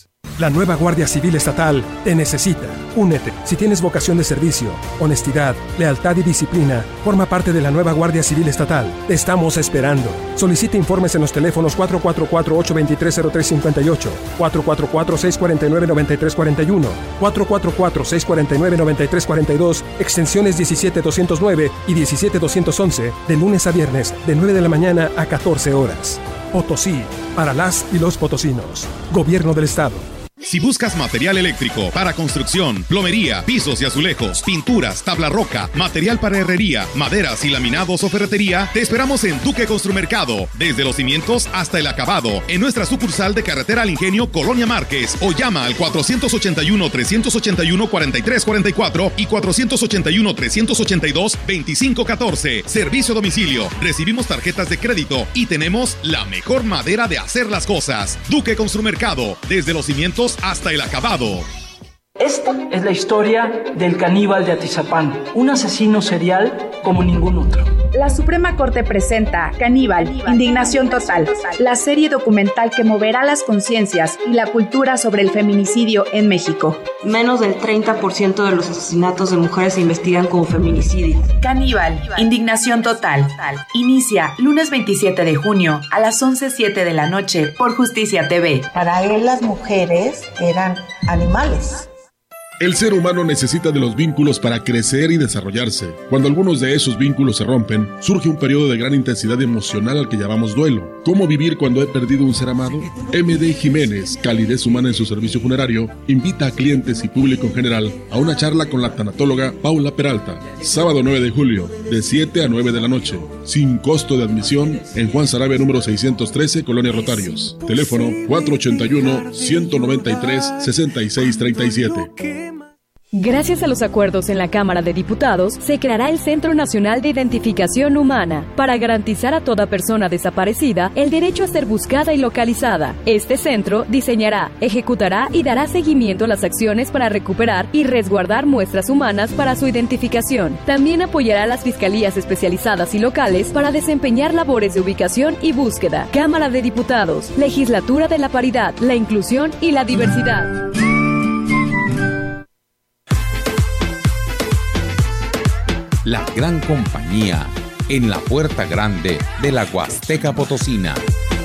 La nueva Guardia Civil Estatal te necesita. Únete. Si tienes vocación de servicio, honestidad, lealtad y disciplina, forma parte de la nueva Guardia Civil Estatal. Te estamos esperando. Solicita informes en los teléfonos cuatro cuatro cuatro, ocho dos tres, cero tres cinco ocho, cuatro cuatro cuatro, seis cuatro nueve, nueve tres cuatro uno, cuatro cuatro cuatro, seis cuatro nueve, nueve tres cuatro dos, extensiones diecisiete doscientos nueve y diecisiete doscientos once, de lunes a viernes, de nueve de la mañana a catorce horas. Potosí, para las y los potosinos. Gobierno del Estado. Si buscas material eléctrico para construcción, plomería, pisos y azulejos, pinturas, tabla roca, material para herrería, maderas y laminados o ferretería, te esperamos en Duque Construmercado, desde los cimientos hasta el acabado, en nuestra sucursal de Carretera al Ingenio, Colonia Márquez, o llama al cuatro ocho uno, tres ocho uno, cuatro tres cuatro cuatro y cuatro ocho uno, tres ocho dos, dos cinco uno cuatro. Servicio a domicilio, recibimos tarjetas de crédito y tenemos la mejor manera de hacer las cosas. Duque Construmercado, desde los cimientos hasta el acabado. Esta es la historia del caníbal de Atizapán, un asesino serial como ningún otro. La Suprema Corte presenta Caníbal, Indignación Total, la serie documental que moverá las conciencias y la cultura sobre el feminicidio en México. Menos del treinta por ciento de los asesinatos de mujeres se investigan como feminicidio. Caníbal, Indignación Total. Inicia lunes veintisiete de junio a las once siete de la noche por Justicia T V. Para él las mujeres eran animales. El ser humano necesita de los vínculos para crecer y desarrollarse. Cuando algunos de esos vínculos se rompen, surge un periodo de gran intensidad emocional al que llamamos duelo. ¿Cómo vivir cuando he perdido un ser amado? M D Jiménez, calidez humana en su servicio funerario, invita a clientes y público en general a una charla con la tanatóloga Paula Peralta, sábado nueve de julio, de siete a nueve de la noche, sin costo de admisión, en Juan Sarabia número seiscientos trece, Colonia Rotarios. Teléfono cuatro ocho uno, uno nueve tres, seis seis tres siete. Gracias a los acuerdos en la Cámara de Diputados, se creará el Centro Nacional de Identificación Humana para garantizar a toda persona desaparecida el derecho a ser buscada y localizada. Este centro diseñará, ejecutará y dará seguimiento a las acciones para recuperar y resguardar muestras humanas para su identificación. También apoyará a las fiscalías especializadas y locales para desempeñar labores de ubicación y búsqueda. Cámara de Diputados, Legislatura de la Paridad, la Inclusión y la Diversidad. La gran compañía, en la puerta grande de la Huasteca Potosina.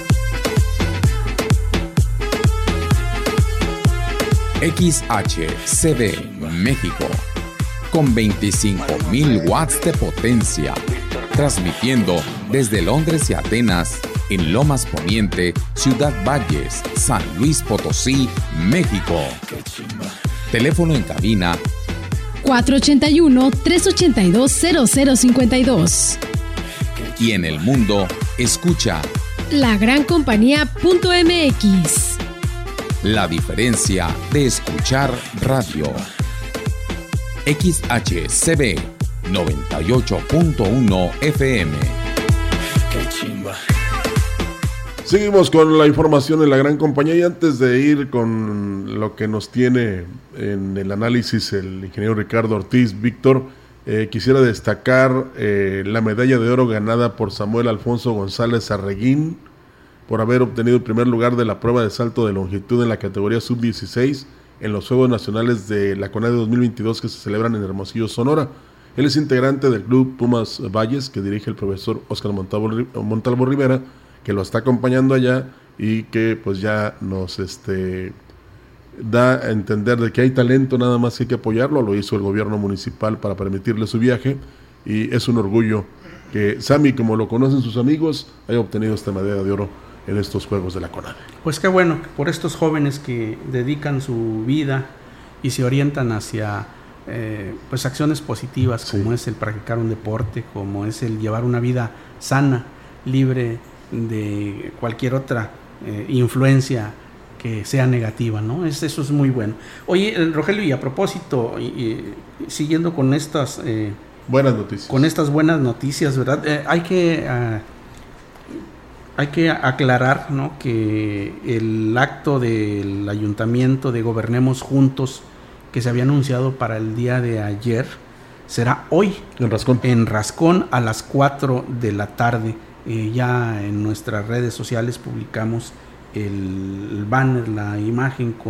X H C D México, con veinticinco mil watts de potencia, transmitiendo desde Londres y Atenas, en Lomas Poniente, Ciudad Valles, San Luis Potosí, México. Teléfono en cabina cuatro ocho uno, tres ocho dos, cero cero cinco dos. Y en el mundo, escucha la gran compañía punto m x. La diferencia de escuchar radio. X H C B noventa y ocho punto uno F M. Qué chimba. Seguimos con la información de la gran compañía y antes de ir con lo que nos tiene en el análisis el ingeniero Ricardo Ortiz, Víctor, eh, quisiera destacar eh, la medalla de oro ganada por Samuel Alfonso González Arreguín por haber obtenido el primer lugar de la prueba de salto de longitud en la categoría sub dieciséis en los Juegos Nacionales de la CONADE dos mil veintidós que se celebran en Hermosillo, Sonora. Él es integrante del club Pumas Valles que dirige el profesor Óscar Montalvo, Montalvo Rivera, que lo está acompañando allá y que pues ya nos este da a entender de que hay talento, nada más que hay que apoyarlo. Lo hizo el gobierno municipal para permitirle su viaje y es un orgullo que Sammy, como lo conocen sus amigos, haya obtenido esta medalla de oro en estos Juegos de la CONADE. Pues qué bueno, por estos jóvenes que dedican su vida y se orientan hacia eh, pues acciones positivas, sí, como es el practicar un deporte, como es el llevar una vida sana, libre de cualquier otra eh, influencia que sea negativa, ¿no? Es, eso es muy bueno. Oye, Rogelio, y a propósito, y, y, siguiendo con estas eh, buenas noticias, con estas buenas noticias, ¿verdad? Eh, hay que uh, hay que aclarar, ¿no?, que el acto del ayuntamiento de Gobernemos Juntos que se había anunciado para el día de ayer será hoy en Rascón, en Rascón a las cuatro de la tarde. Eh, ya en nuestras redes sociales publicamos el, el banner, la imagen con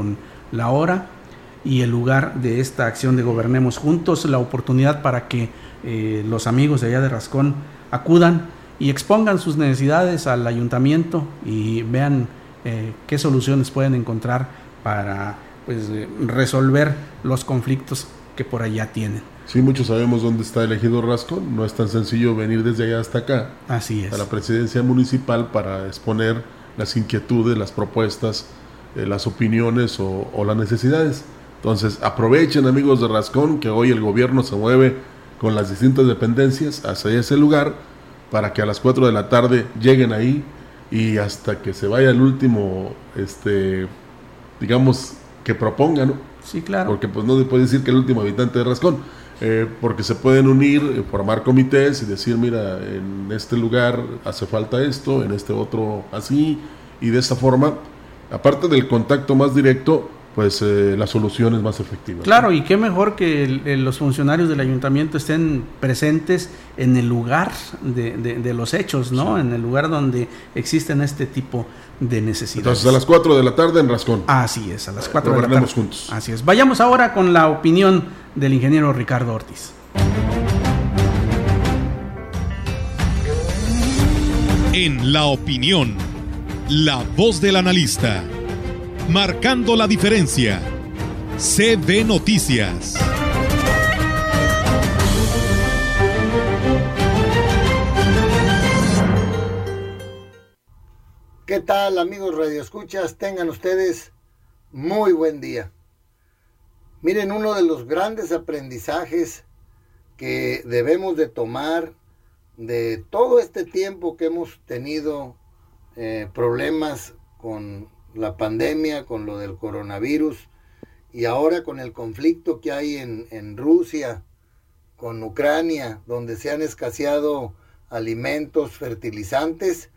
la hora y el lugar de esta acción de Gobernemos Juntos, la oportunidad para que eh, los amigos de allá de Rascón acudan y expongan sus necesidades al ayuntamiento y vean eh, qué soluciones pueden encontrar para pues, eh, resolver los conflictos que por allá tienen. Sí, muchos sabemos dónde está el ejido Rascón, no es tan sencillo venir desde allá hasta acá. Así es. A la presidencia municipal para exponer las inquietudes, las propuestas, eh, las opiniones o, o las necesidades. Entonces, aprovechen, amigos de Rascón, que hoy el gobierno se mueve con las distintas dependencias hacia ese lugar para que a las cuatro de la tarde lleguen ahí y hasta que se vaya el último, este, digamos, que propongan, ¿no? Sí, claro. Porque pues no se puede decir que el último habitante de Rascón, eh, porque se pueden unir, eh, formar comités y decir, mira, en este lugar hace falta esto, en este otro así, y de esta forma, aparte del contacto más directo, pues eh, la solución es más efectiva. Claro, y qué mejor que el, el, los funcionarios del ayuntamiento estén presentes en el lugar de, de, de los hechos, ¿no? Sí. En el lugar donde existen este tipo de necesidades. Entonces a las cuatro de la tarde en Rascón. Así es, a las cuatro de la tarde. Juntos. Así es. Vayamos ahora con la opinión del ingeniero Ricardo Ortiz. En la opinión, la voz del analista. Marcando la diferencia. C B Noticias. ¿Qué tal, amigos radioescuchas? Tengan ustedes muy buen día. Miren, uno de los grandes aprendizajes que debemos de tomar de todo este tiempo que hemos tenido eh, problemas con la pandemia, con lo del coronavirus y ahora con el conflicto que hay en, en Rusia, con Ucrania, donde se han escaseado alimentos, fertilizantes,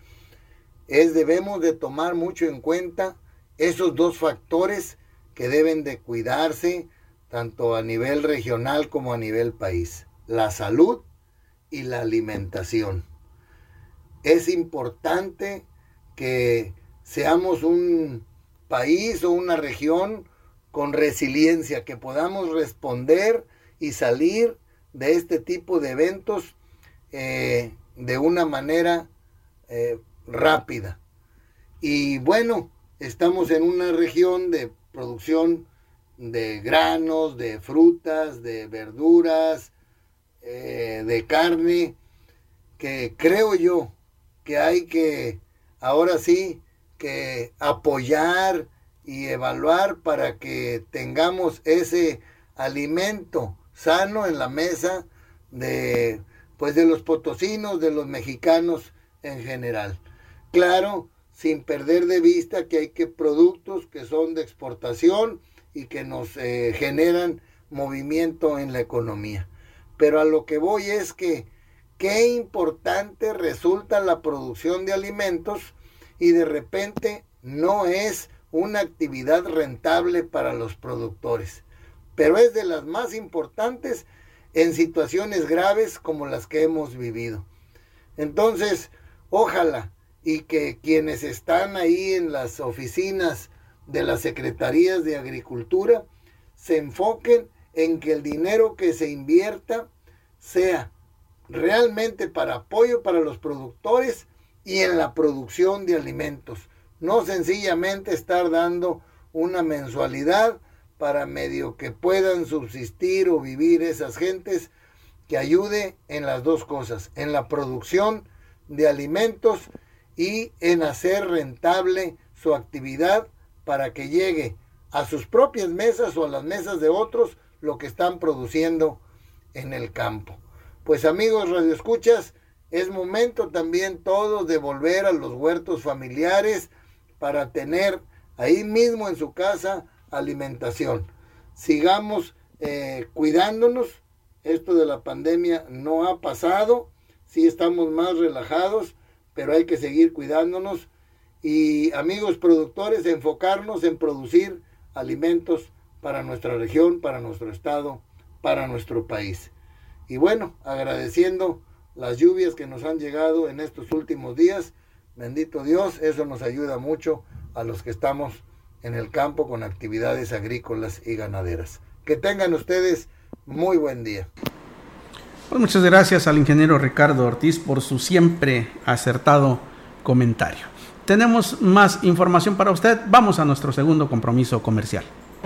es debemos de tomar mucho en cuenta esos dos factores que deben de cuidarse tanto a nivel regional como a nivel país: la salud y la alimentación. Es importante que seamos un país o una región con resiliencia, que podamos responder y salir de este tipo de eventos eh, de una manera eh, rápida. Y bueno, estamos en una región de producción de granos, de frutas, de verduras, eh, de carne, que creo yo que hay que, ahora sí, que apoyar y evaluar para que tengamos ese alimento sano en la mesa de, pues de los potosinos, de los mexicanos en general. Claro, sin perder de vista que hay que productos que son de exportación y que nos eh, generan movimiento en la economía. Pero a lo que voy es que qué importante resulta la producción de alimentos y de repente no es una actividad rentable para los productores, pero es de las más importantes en situaciones graves como las que hemos vivido. Entonces, ojalá y que quienes están ahí en las oficinas de las secretarías de Agricultura se enfoquen en que el dinero que se invierta sea realmente para apoyo para los productores y en la producción de alimentos, no sencillamente estar dando una mensualidad para medio que puedan subsistir o vivir esas gentes, que ayude en las dos cosas, en la producción de alimentos y en hacer rentable su actividad para que llegue a sus propias mesas o a las mesas de otros lo que están produciendo en el campo. Pues amigos radioescuchas, es momento también todos de volver a los huertos familiares para tener ahí mismo en su casa alimentación. Sigamos eh, cuidándonos. Esto de la pandemia no ha pasado. Sí estamos más relajados, pero hay que seguir cuidándonos. Y amigos productores, enfocarnos en producir alimentos para nuestra región, para nuestro estado, para nuestro país. Y bueno, agradeciendo las lluvias que nos han llegado en estos últimos días, bendito Dios, eso nos ayuda mucho a los que estamos en el campo con actividades agrícolas y ganaderas. Que tengan ustedes muy buen día. Pues muchas gracias al ingeniero Ricardo Ortiz por su siempre acertado comentario. Tenemos más información para usted. Vamos a nuestro segundo compromiso comercial.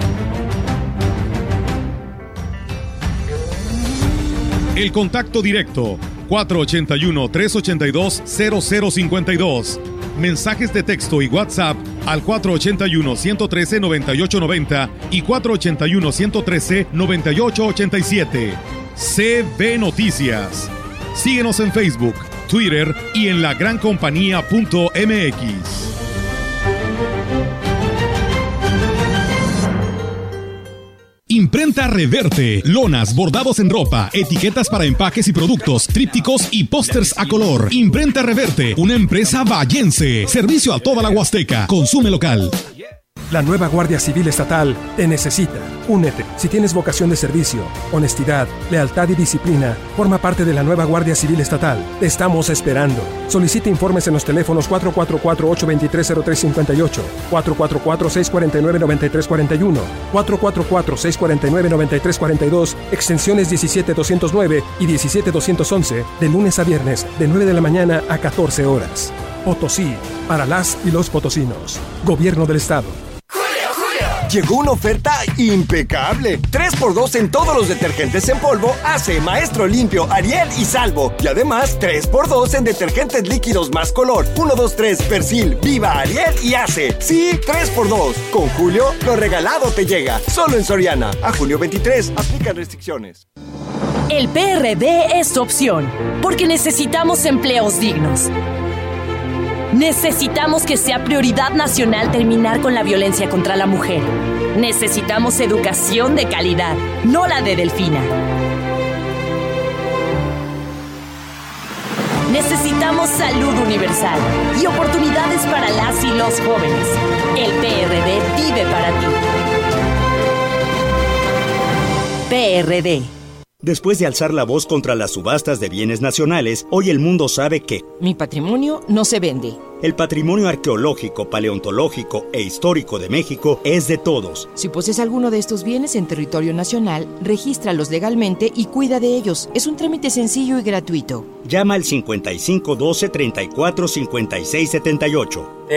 El contacto directo cuatro ochenta y uno, trescientos ochenta y dos, cero cero cincuenta y dos. Mensajes de texto y WhatsApp al cuatro ochenta y uno, ciento trece, noventa y ocho noventa y cuatro ochenta y uno, ciento trece, noventa y ocho ochenta y siete. C B Noticias. Síguenos en Facebook, Twitter y en la gran compañía punto m x. Imprenta Reverte, lonas, bordados en ropa, etiquetas para empaques y productos, trípticos y pósters a color. Imprenta Reverte, una empresa vallense. Servicio a toda la Huasteca. Consume local. La nueva Guardia Civil Estatal te necesita. Únete. Si tienes vocación de servicio, honestidad, lealtad y disciplina, forma parte de la nueva Guardia Civil Estatal. Te estamos esperando. Solicita informes en los teléfonos cuatro cuatro cuatro, ocho dos tres, cero tres cinco ocho, cuatro cuatro cuatro, seis cuatro nueve, nueve tres cuatro uno, cuatro cuatro cuatro, seis cuatro nueve, nueve tres cuatro dos, extensiones diecisiete doscientos nueve y diecisiete doscientos once, de lunes a viernes, de nueve de la mañana a catorce horas. Potosí, para las y los potosinos. Gobierno del Estado. Llegó una oferta impecable. tres por dos en todos los detergentes en polvo Ace, Maestro Limpio, Ariel y Salvo. Y además tres por dos en detergentes líquidos más color. uno, dos, tres, Persil, Viva, Ariel y Ace. Sí, tres por dos. Con Julio, lo regalado te llega. Solo en Soriana. A junio veintitrés, aplican restricciones. El P R D es tu opción, porque necesitamos empleos dignos. Necesitamos que sea prioridad nacional terminar con la violencia contra la mujer. Necesitamos educación de calidad, no la de Delfina. Necesitamos salud universal y oportunidades para las y los jóvenes. El P R D vive para ti. P R D. Después de alzar la voz contra las subastas de bienes nacionales, hoy el mundo sabe que mi patrimonio no se vende. El patrimonio arqueológico, paleontológico e histórico de México es de todos. Si posees alguno de estos bienes en territorio nacional, regístralos legalmente y cuida de ellos. Es un trámite sencillo y gratuito. Llama al cincuenta y cinco doce, treinta y cuatro, cincuenta y seis setenta y ocho.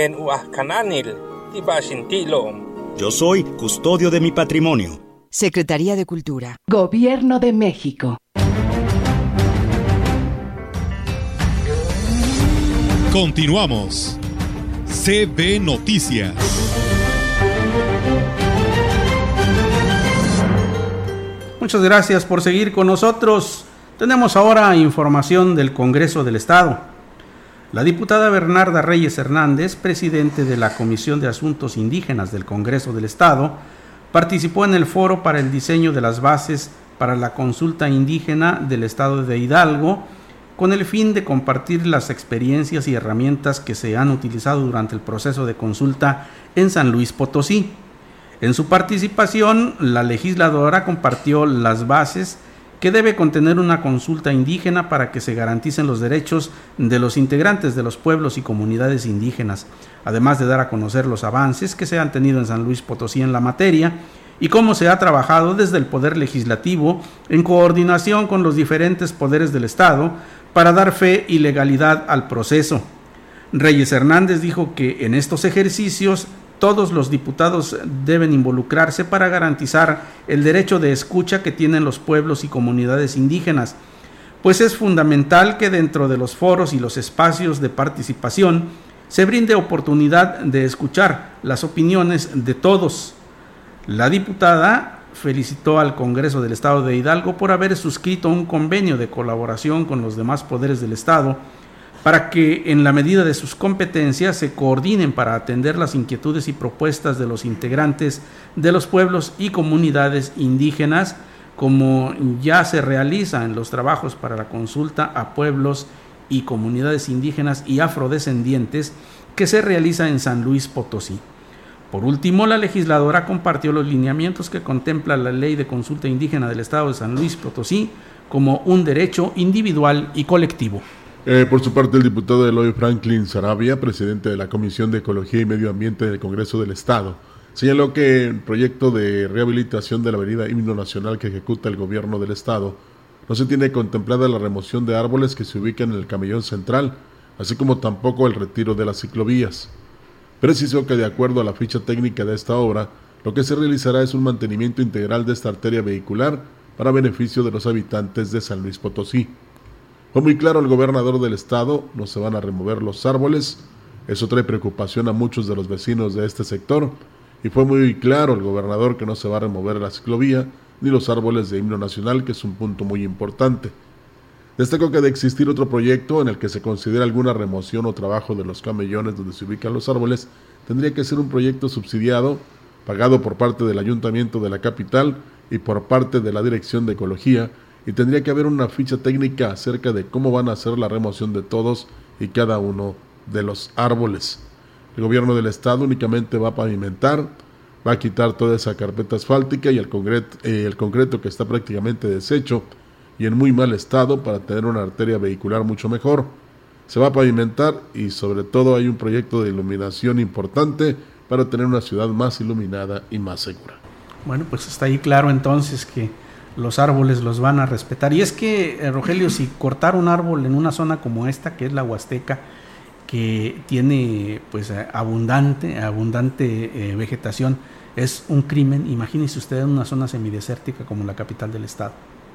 Yo soy custodio de mi patrimonio. Secretaría de Cultura. Gobierno de México. Continuamos. C B Noticias. Muchas gracias por seguir con nosotros. Tenemos ahora información del Congreso del Estado. La diputada Bernarda Reyes Hernández, presidente de la Comisión de Asuntos Indígenas del Congreso del Estado, participó en el foro para el diseño de las bases para la consulta indígena del estado de Hidalgo, con el fin de compartir las experiencias y herramientas que se han utilizado durante el proceso de consulta en San Luis Potosí. En su participación, la legisladora compartió las bases que debe contener una consulta indígena para que se garanticen los derechos de los integrantes de los pueblos y comunidades indígenas, además de dar a conocer los avances que se han tenido en San Luis Potosí en la materia y cómo se ha trabajado desde el Poder Legislativo en coordinación con los diferentes poderes del Estado para dar fe y legalidad al proceso. Reyes Hernández dijo que en estos ejercicios todos los diputados deben involucrarse para garantizar el derecho de escucha que tienen los pueblos y comunidades indígenas, pues es fundamental que dentro de los foros y los espacios de participación se brinde oportunidad de escuchar las opiniones de todos. La diputada felicitó al Congreso del Estado de Hidalgo por haber suscrito un convenio de colaboración con los demás poderes del Estado para que en la medida de sus competencias se coordinen para atender las inquietudes y propuestas de los integrantes de los pueblos y comunidades indígenas, como ya se realiza en los trabajos para la consulta a pueblos y comunidades indígenas y afrodescendientes que se realiza en San Luis Potosí. Por último, la legisladora compartió los lineamientos que contempla la Ley de Consulta Indígena del Estado de San Luis Potosí como un derecho individual y colectivo. Eh, por su parte, el diputado Eloy Franklin Sarabia, presidente de la Comisión de Ecología y Medio Ambiente del Congreso del Estado, Señaló que el proyecto de rehabilitación de la avenida Himno Nacional que ejecuta el gobierno del estado no se tiene contemplada la remoción de árboles que se ubican en el camellón central, así como tampoco el retiro de las ciclovías. Precisó que de acuerdo a la ficha técnica de esta obra, lo que se realizará es un mantenimiento integral de esta arteria vehicular para beneficio de los habitantes de San Luis Potosí. Fue muy claro el gobernador del estado, no se van a remover los árboles, eso trae preocupación a muchos de los vecinos de este sector, y fue muy claro el gobernador que no se va a remover la ciclovía ni los árboles de Himno Nacional, que es un punto muy importante. Destacó que de existir otro proyecto en el que se considera alguna remoción o trabajo de los camellones donde se ubican los árboles, tendría que ser un proyecto subsidiado, pagado por parte del Ayuntamiento de la capital y por parte de la Dirección de Ecología, y tendría que haber una ficha técnica acerca de cómo van a hacer la remoción de todos y cada uno de los árboles. El gobierno del estado únicamente va a pavimentar, va a quitar toda esa carpeta asfáltica y el concreto, eh, el concreto que está prácticamente deshecho y en muy mal estado para tener una arteria vehicular mucho mejor. Se va a pavimentar y sobre todo hay un proyecto de iluminación importante para tener una ciudad más iluminada y más segura. Bueno, pues está ahí claro entonces que los árboles los van a respetar. Y es que, eh, Rogelio, si cortar un árbol en una zona como esta, que es la Huasteca, que tiene pues abundante, abundante eh, vegetación, es un crimen. Imagínense usted en una zona semidesértica como la capital del estado.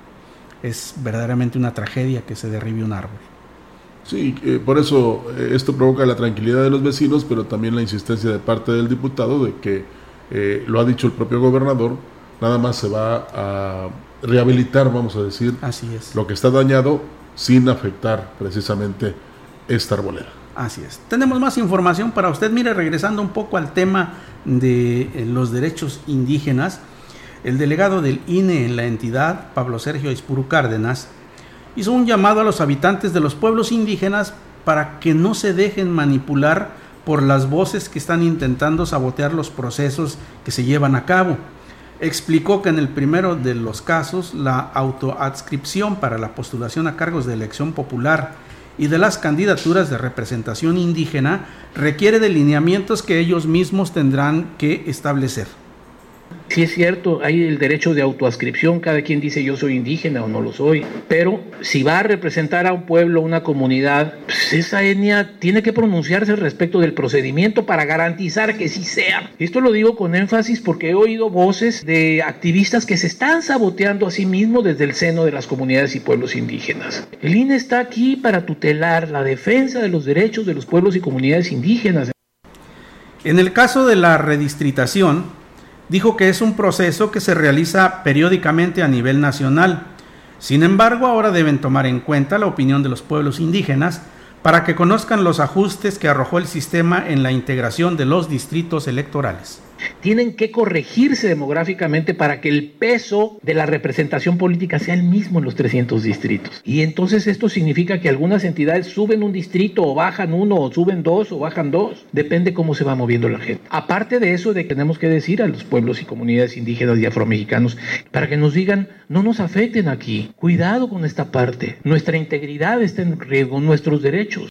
Es verdaderamente una tragedia que se derribe un árbol. Sí, eh, por eso eh, esto provoca la tranquilidad de los vecinos, pero también la insistencia de parte del diputado de que, eh, lo ha dicho el propio gobernador, nada más se va a rehabilitar, vamos a decir, así es, lo que está dañado sin afectar precisamente esta arbolera. Así es. Tenemos más información para usted. Mire, regresando un poco al tema de eh, los derechos indígenas, el delegado del I N E en la entidad, Pablo Sergio Aispuru Cárdenas, hizo un llamado a los habitantes de los pueblos indígenas para que no se dejen manipular por las voces que están intentando sabotear los procesos que se llevan a cabo. Explicó que en el primero de los casos, la autoadscripción para la postulación a cargos de elección popular y de las candidaturas de representación indígena requiere de lineamientos que ellos mismos tendrán que establecer. Sí es cierto, hay el derecho de autoadscripción, cada quien dice yo soy indígena o no lo soy, pero si va a representar a un pueblo, una comunidad, pues esa etnia tiene que pronunciarse respecto del procedimiento para garantizar que sí sea. Esto lo digo con énfasis porque he oído voces de activistas que se están saboteando a sí mismos desde el seno de las comunidades y pueblos indígenas. El I N E está aquí para tutelar la defensa de los derechos de los pueblos y comunidades indígenas. En el caso de la redistritación, dijo que es un proceso que se realiza periódicamente a nivel nacional. Sin embargo, ahora deben tomar en cuenta la opinión de los pueblos indígenas para que conozcan los ajustes que arrojó el sistema en la integración de los distritos electorales. Tienen que corregirse demográficamente para que el peso de la representación política sea el mismo en los trescientos distritos. Y entonces esto significa que algunas entidades suben un distrito o bajan uno o suben dos o bajan dos. Depende cómo se va moviendo la gente. Aparte de eso, de que tenemos que decir a los pueblos y comunidades indígenas y afromexicanos para que nos digan, no nos afecten aquí. Cuidado con esta parte. Nuestra integridad está en riesgo, nuestros derechos.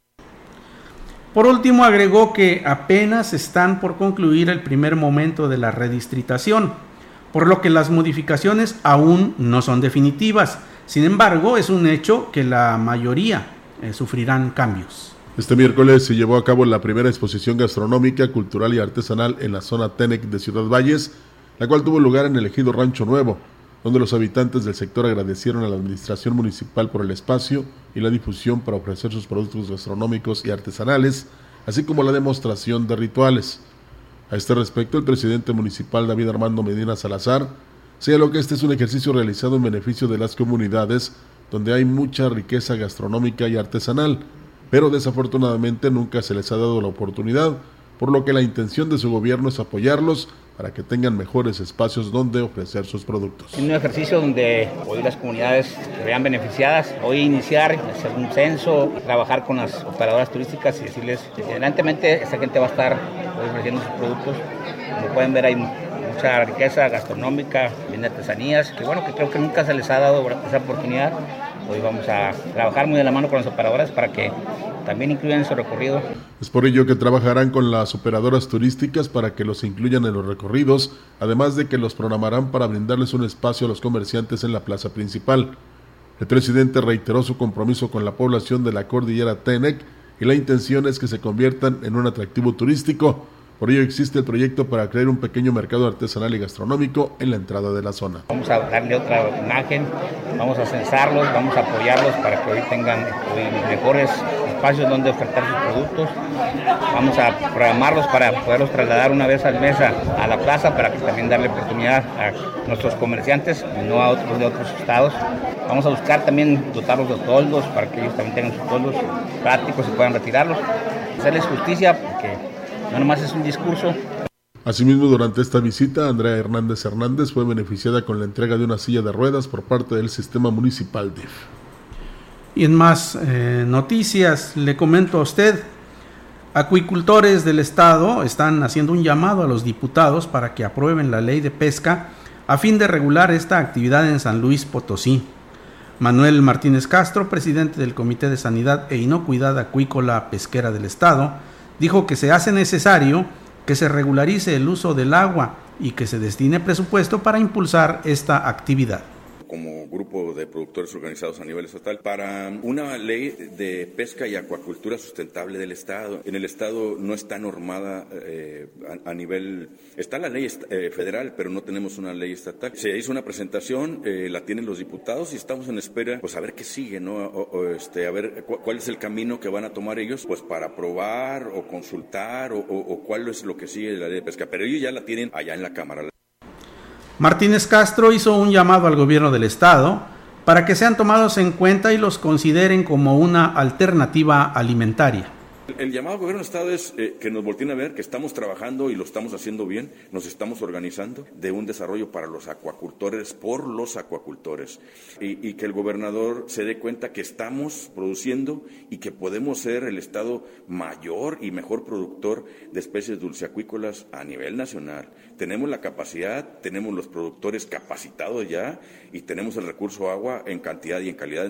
Por último, agregó que apenas están por concluir el primer momento de la redistritación, por lo que las modificaciones aún no son definitivas. Sin embargo, es un hecho que la mayoría eh, sufrirán cambios. Este miércoles se llevó a cabo la primera exposición gastronómica, cultural y artesanal en la zona Tenec de Ciudad Valles, la cual tuvo lugar en el ejido Rancho Nuevo, donde los habitantes del sector agradecieron a la administración municipal por el espacio y la difusión para ofrecer sus productos gastronómicos y artesanales, así como la demostración de rituales. A este respecto, el presidente municipal David Armando Medina Salazar señaló que este es un ejercicio realizado en beneficio de las comunidades donde hay mucha riqueza gastronómica y artesanal, pero desafortunadamente nunca se les ha dado la oportunidad, por lo que la intención de su gobierno es apoyarlos para que tengan mejores espacios donde ofrecer sus productos. En un ejercicio donde hoy las comunidades se vean beneficiadas, hoy iniciar, hacer un censo, trabajar con las operadoras turísticas y decirles, evidentemente esta gente va a estar ofreciendo sus productos. Como pueden ver, hay mucha riqueza gastronómica, bien de artesanías, que bueno, que creo que nunca se les ha dado esa oportunidad. Hoy vamos a trabajar muy de la mano con las operadoras para que también incluyan en su recorrido. Es por ello que trabajarán con las operadoras turísticas para que los incluyan en los recorridos, además de que los programarán para brindarles un espacio a los comerciantes en la plaza principal. El presidente reiteró su compromiso con la población de la cordillera Tenec y la intención es que se conviertan en un atractivo turístico. Por ello existe el proyecto para crear un pequeño mercado artesanal y gastronómico en la entrada de la zona. Vamos a darle otra imagen, vamos a censarlos, vamos a apoyarlos para que hoy tengan hoy mejores espacios donde ofertar sus productos. Vamos a programarlos para poderlos trasladar una vez al mes a, a la plaza para que también darle oportunidad a nuestros comerciantes y no a otros de otros estados. Vamos a buscar también dotarlos de toldos para que ellos también tengan sus toldos prácticos y puedan retirarlos. Hacerles justicia porque no nomás es un discurso. Asimismo, durante esta visita, Andrea Hernández Hernández fue beneficiada con la entrega de una silla de ruedas por parte del sistema municipal D I F. Y en más eh, noticias, le comento a usted, acuicultores del estado están haciendo un llamado a los diputados para que aprueben la ley de pesca a fin de regular esta actividad en San Luis Potosí. Manuel Martínez Castro, presidente del Comité de Sanidad e Inocuidad Acuícola Pesquera del estado, dijo que se hace necesario que se regularice el uso del agua y que se destine presupuesto para impulsar esta actividad. Como grupo de productores organizados a nivel estatal para una ley de pesca y acuacultura sustentable del Estado. En el Estado no está normada eh, a, a nivel, está la ley eh, federal, pero no tenemos una ley estatal. Se hizo una presentación, eh, la tienen los diputados y estamos en espera, pues a ver qué sigue, ¿no? O, o, este, a ver cu- cuál es el camino que van a tomar ellos, pues para aprobar o consultar o, o, o cuál es lo que sigue de la ley de pesca. Pero ellos ya la tienen allá en la Cámara. Martínez Castro hizo un llamado al gobierno del estado para que sean tomados en cuenta y los consideren como una alternativa alimentaria. El llamado al gobierno del Estado es eh, que nos volteen a ver, que estamos trabajando y lo estamos haciendo bien, nos estamos organizando de un desarrollo para los acuacultores, por los acuacultores, y, y que el gobernador se dé cuenta que estamos produciendo y que podemos ser el Estado mayor y mejor productor de especies dulceacuícolas a nivel nacional. Tenemos la capacidad, tenemos los productores capacitados ya y tenemos el recurso agua en cantidad y en calidad.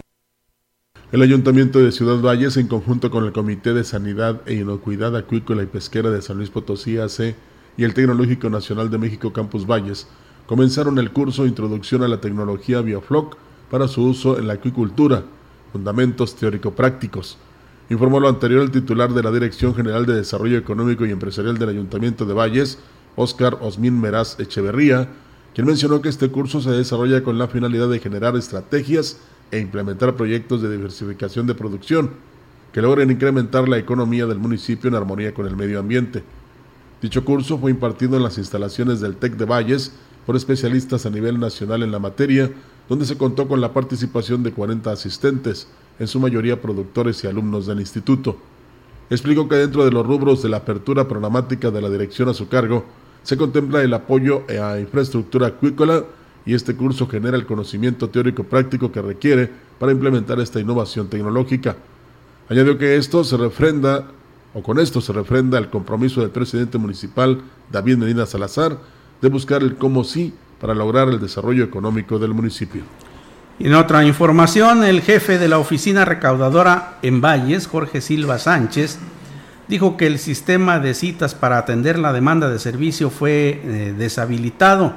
El Ayuntamiento de Ciudad Valles, en conjunto con el Comité de Sanidad e Inocuidad Acuícola y Pesquera de San Luis Potosí A C y el Tecnológico Nacional de México Campus Valles, comenzaron el curso Introducción a la Tecnología Biofloc para su uso en la acuicultura, Fundamentos Teórico-Prácticos. Informó lo anterior el titular de la Dirección General de Desarrollo Económico y Empresarial del Ayuntamiento de Valles, Óscar Osmín Meraz Echeverría, quien mencionó que este curso se desarrolla con la finalidad de generar estrategias e implementar proyectos de diversificación de producción que logren incrementar la economía del municipio en armonía con el medio ambiente. Dicho curso fue impartido en las instalaciones del TEC de Valles por especialistas a nivel nacional en la materia, donde se contó con la participación de cuarenta asistentes, en su mayoría productores y alumnos del instituto. Explicó que dentro de los rubros de la apertura programática de la dirección a su cargo, se contempla el apoyo a infraestructura acuícola y este curso genera el conocimiento teórico práctico que requiere para implementar esta innovación tecnológica. Añadió que esto se refrenda, o con esto se refrenda el compromiso del presidente municipal David Medina Salazar de buscar el cómo sí para lograr el desarrollo económico del municipio. En otra información, el jefe de la oficina recaudadora en Valles, Jorge Silva Sánchez, dijo que el sistema de citas para atender la demanda de servicio fue eh, deshabilitado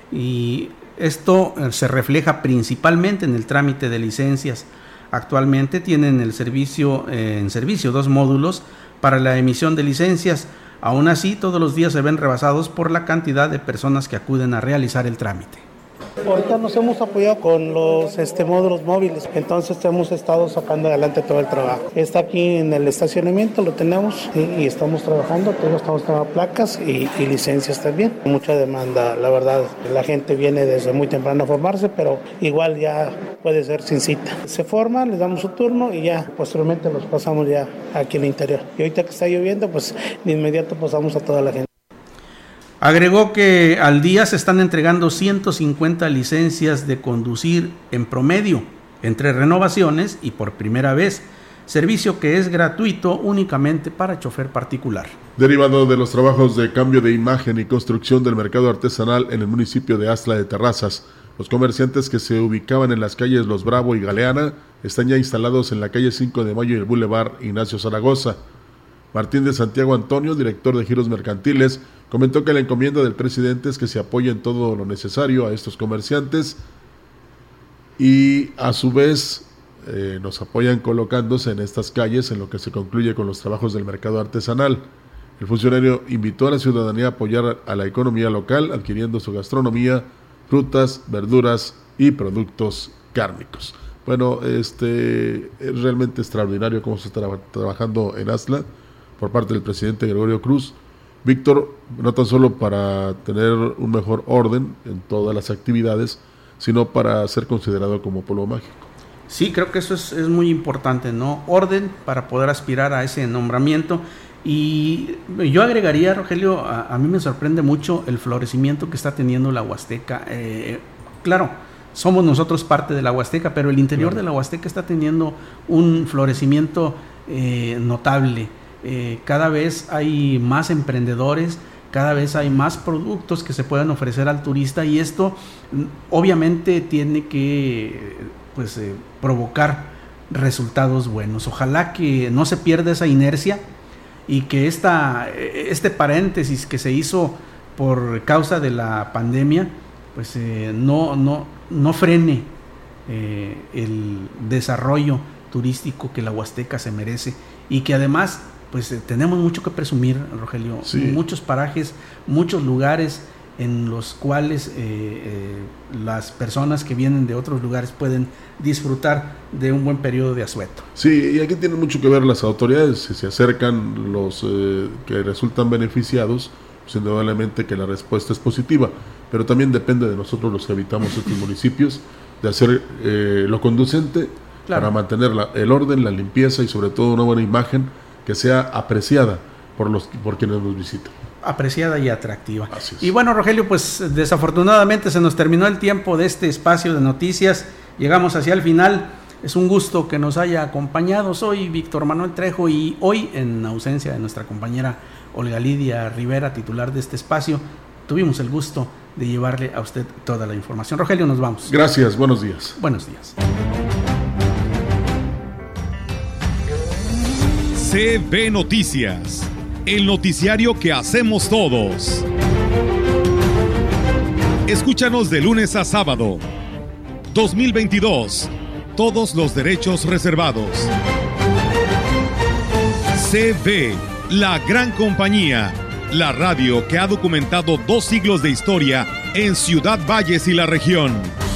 y esto eh, se refleja principalmente en el trámite de licencias. Actualmente tienen el servicio eh, en servicio dos módulos para la emisión de licencias. Aún así, todos los días se ven rebasados por la cantidad de personas que acuden a realizar el trámite. Ahorita nos hemos apoyado con los este, módulos móviles, entonces hemos estado sacando adelante todo el trabajo. Está aquí en el estacionamiento, lo tenemos y, y estamos trabajando, todos estamos tomando placas y, y licencias también. Mucha demanda, la verdad, la gente viene desde muy temprano a formarse, pero igual ya puede ser sin cita. Se forman, les damos su turno y ya posteriormente los pasamos ya aquí en el interior. Y ahorita que está lloviendo, pues de inmediato pasamos a toda la gente. Agregó que al día se están entregando ciento cincuenta licencias de conducir en promedio, entre renovaciones y por primera vez, servicio que es gratuito únicamente para chofer particular. Derivado de los trabajos de cambio de imagen y construcción del mercado artesanal en el municipio de Astla de Terrazas, los comerciantes que se ubicaban en las calles Los Bravo y Galeana están ya instalados en la calle cinco de Mayo y el Boulevard Ignacio Zaragoza. Martín de Santiago Antonio, director de Giros Mercantiles, comentó que la encomienda del presidente es que se apoye en todo lo necesario a estos comerciantes y a su vez eh, nos apoyan colocándose en estas calles en lo que se concluye con los trabajos del mercado artesanal. El funcionario invitó a la ciudadanía a apoyar a la economía local adquiriendo su gastronomía, frutas, verduras y productos cárnicos. Bueno, este es realmente extraordinario cómo se está tra- trabajando en Aztla por parte del presidente Gregorio Cruz. Víctor, no tan solo para tener un mejor orden en todas las actividades, sino para ser considerado como pueblo mágico. Sí, creo que eso es, es muy importante, ¿no? Orden para poder aspirar a ese nombramiento. Y yo agregaría, Rogelio, a, a mí me sorprende mucho el florecimiento que está teniendo la Huasteca. Eh, claro, somos nosotros parte de la Huasteca, pero el interior claro. de la Huasteca está teniendo un florecimiento eh, notable. Eh, cada vez hay más emprendedores, cada vez hay más productos que se pueden ofrecer al turista y esto obviamente tiene que pues, eh, provocar resultados buenos. Ojalá que no se pierda esa inercia y que esta, este paréntesis que se hizo por causa de la pandemia pues eh, no, no, no frene eh, el desarrollo turístico que la Huasteca se merece y que además pues eh, tenemos mucho que presumir, Rogelio, sí. muchos parajes, muchos lugares en los cuales eh, eh, las personas que vienen de otros lugares pueden disfrutar de un buen periodo de asueto. Sí, y aquí tienen mucho que ver las autoridades, si se acercan los eh, que resultan beneficiados, pues indudablemente que la respuesta es positiva, pero también depende de nosotros los que habitamos estos municipios, de hacer eh, lo conducente claro. para mantener la, el orden, la limpieza y sobre todo una buena imagen que sea apreciada por los por quienes nos visitan. Apreciada y atractiva. Y bueno, Rogelio, pues desafortunadamente se nos terminó el tiempo de este espacio de noticias. Llegamos hacia el final. Es un gusto que nos haya acompañado. Soy Víctor Manuel Trejo y hoy, en ausencia de nuestra compañera Olga Lidia Rivera, titular de este espacio, tuvimos el gusto de llevarle a usted toda la información. Rogelio, nos vamos. Gracias, buenos días. Buenos días. C B Noticias, el noticiario que hacemos todos. Escúchanos de lunes a sábado. dos mil veintidós. Todos los derechos reservados. C B, la gran compañía. La radio que ha documentado dos siglos de historia en Ciudad Valles y la región.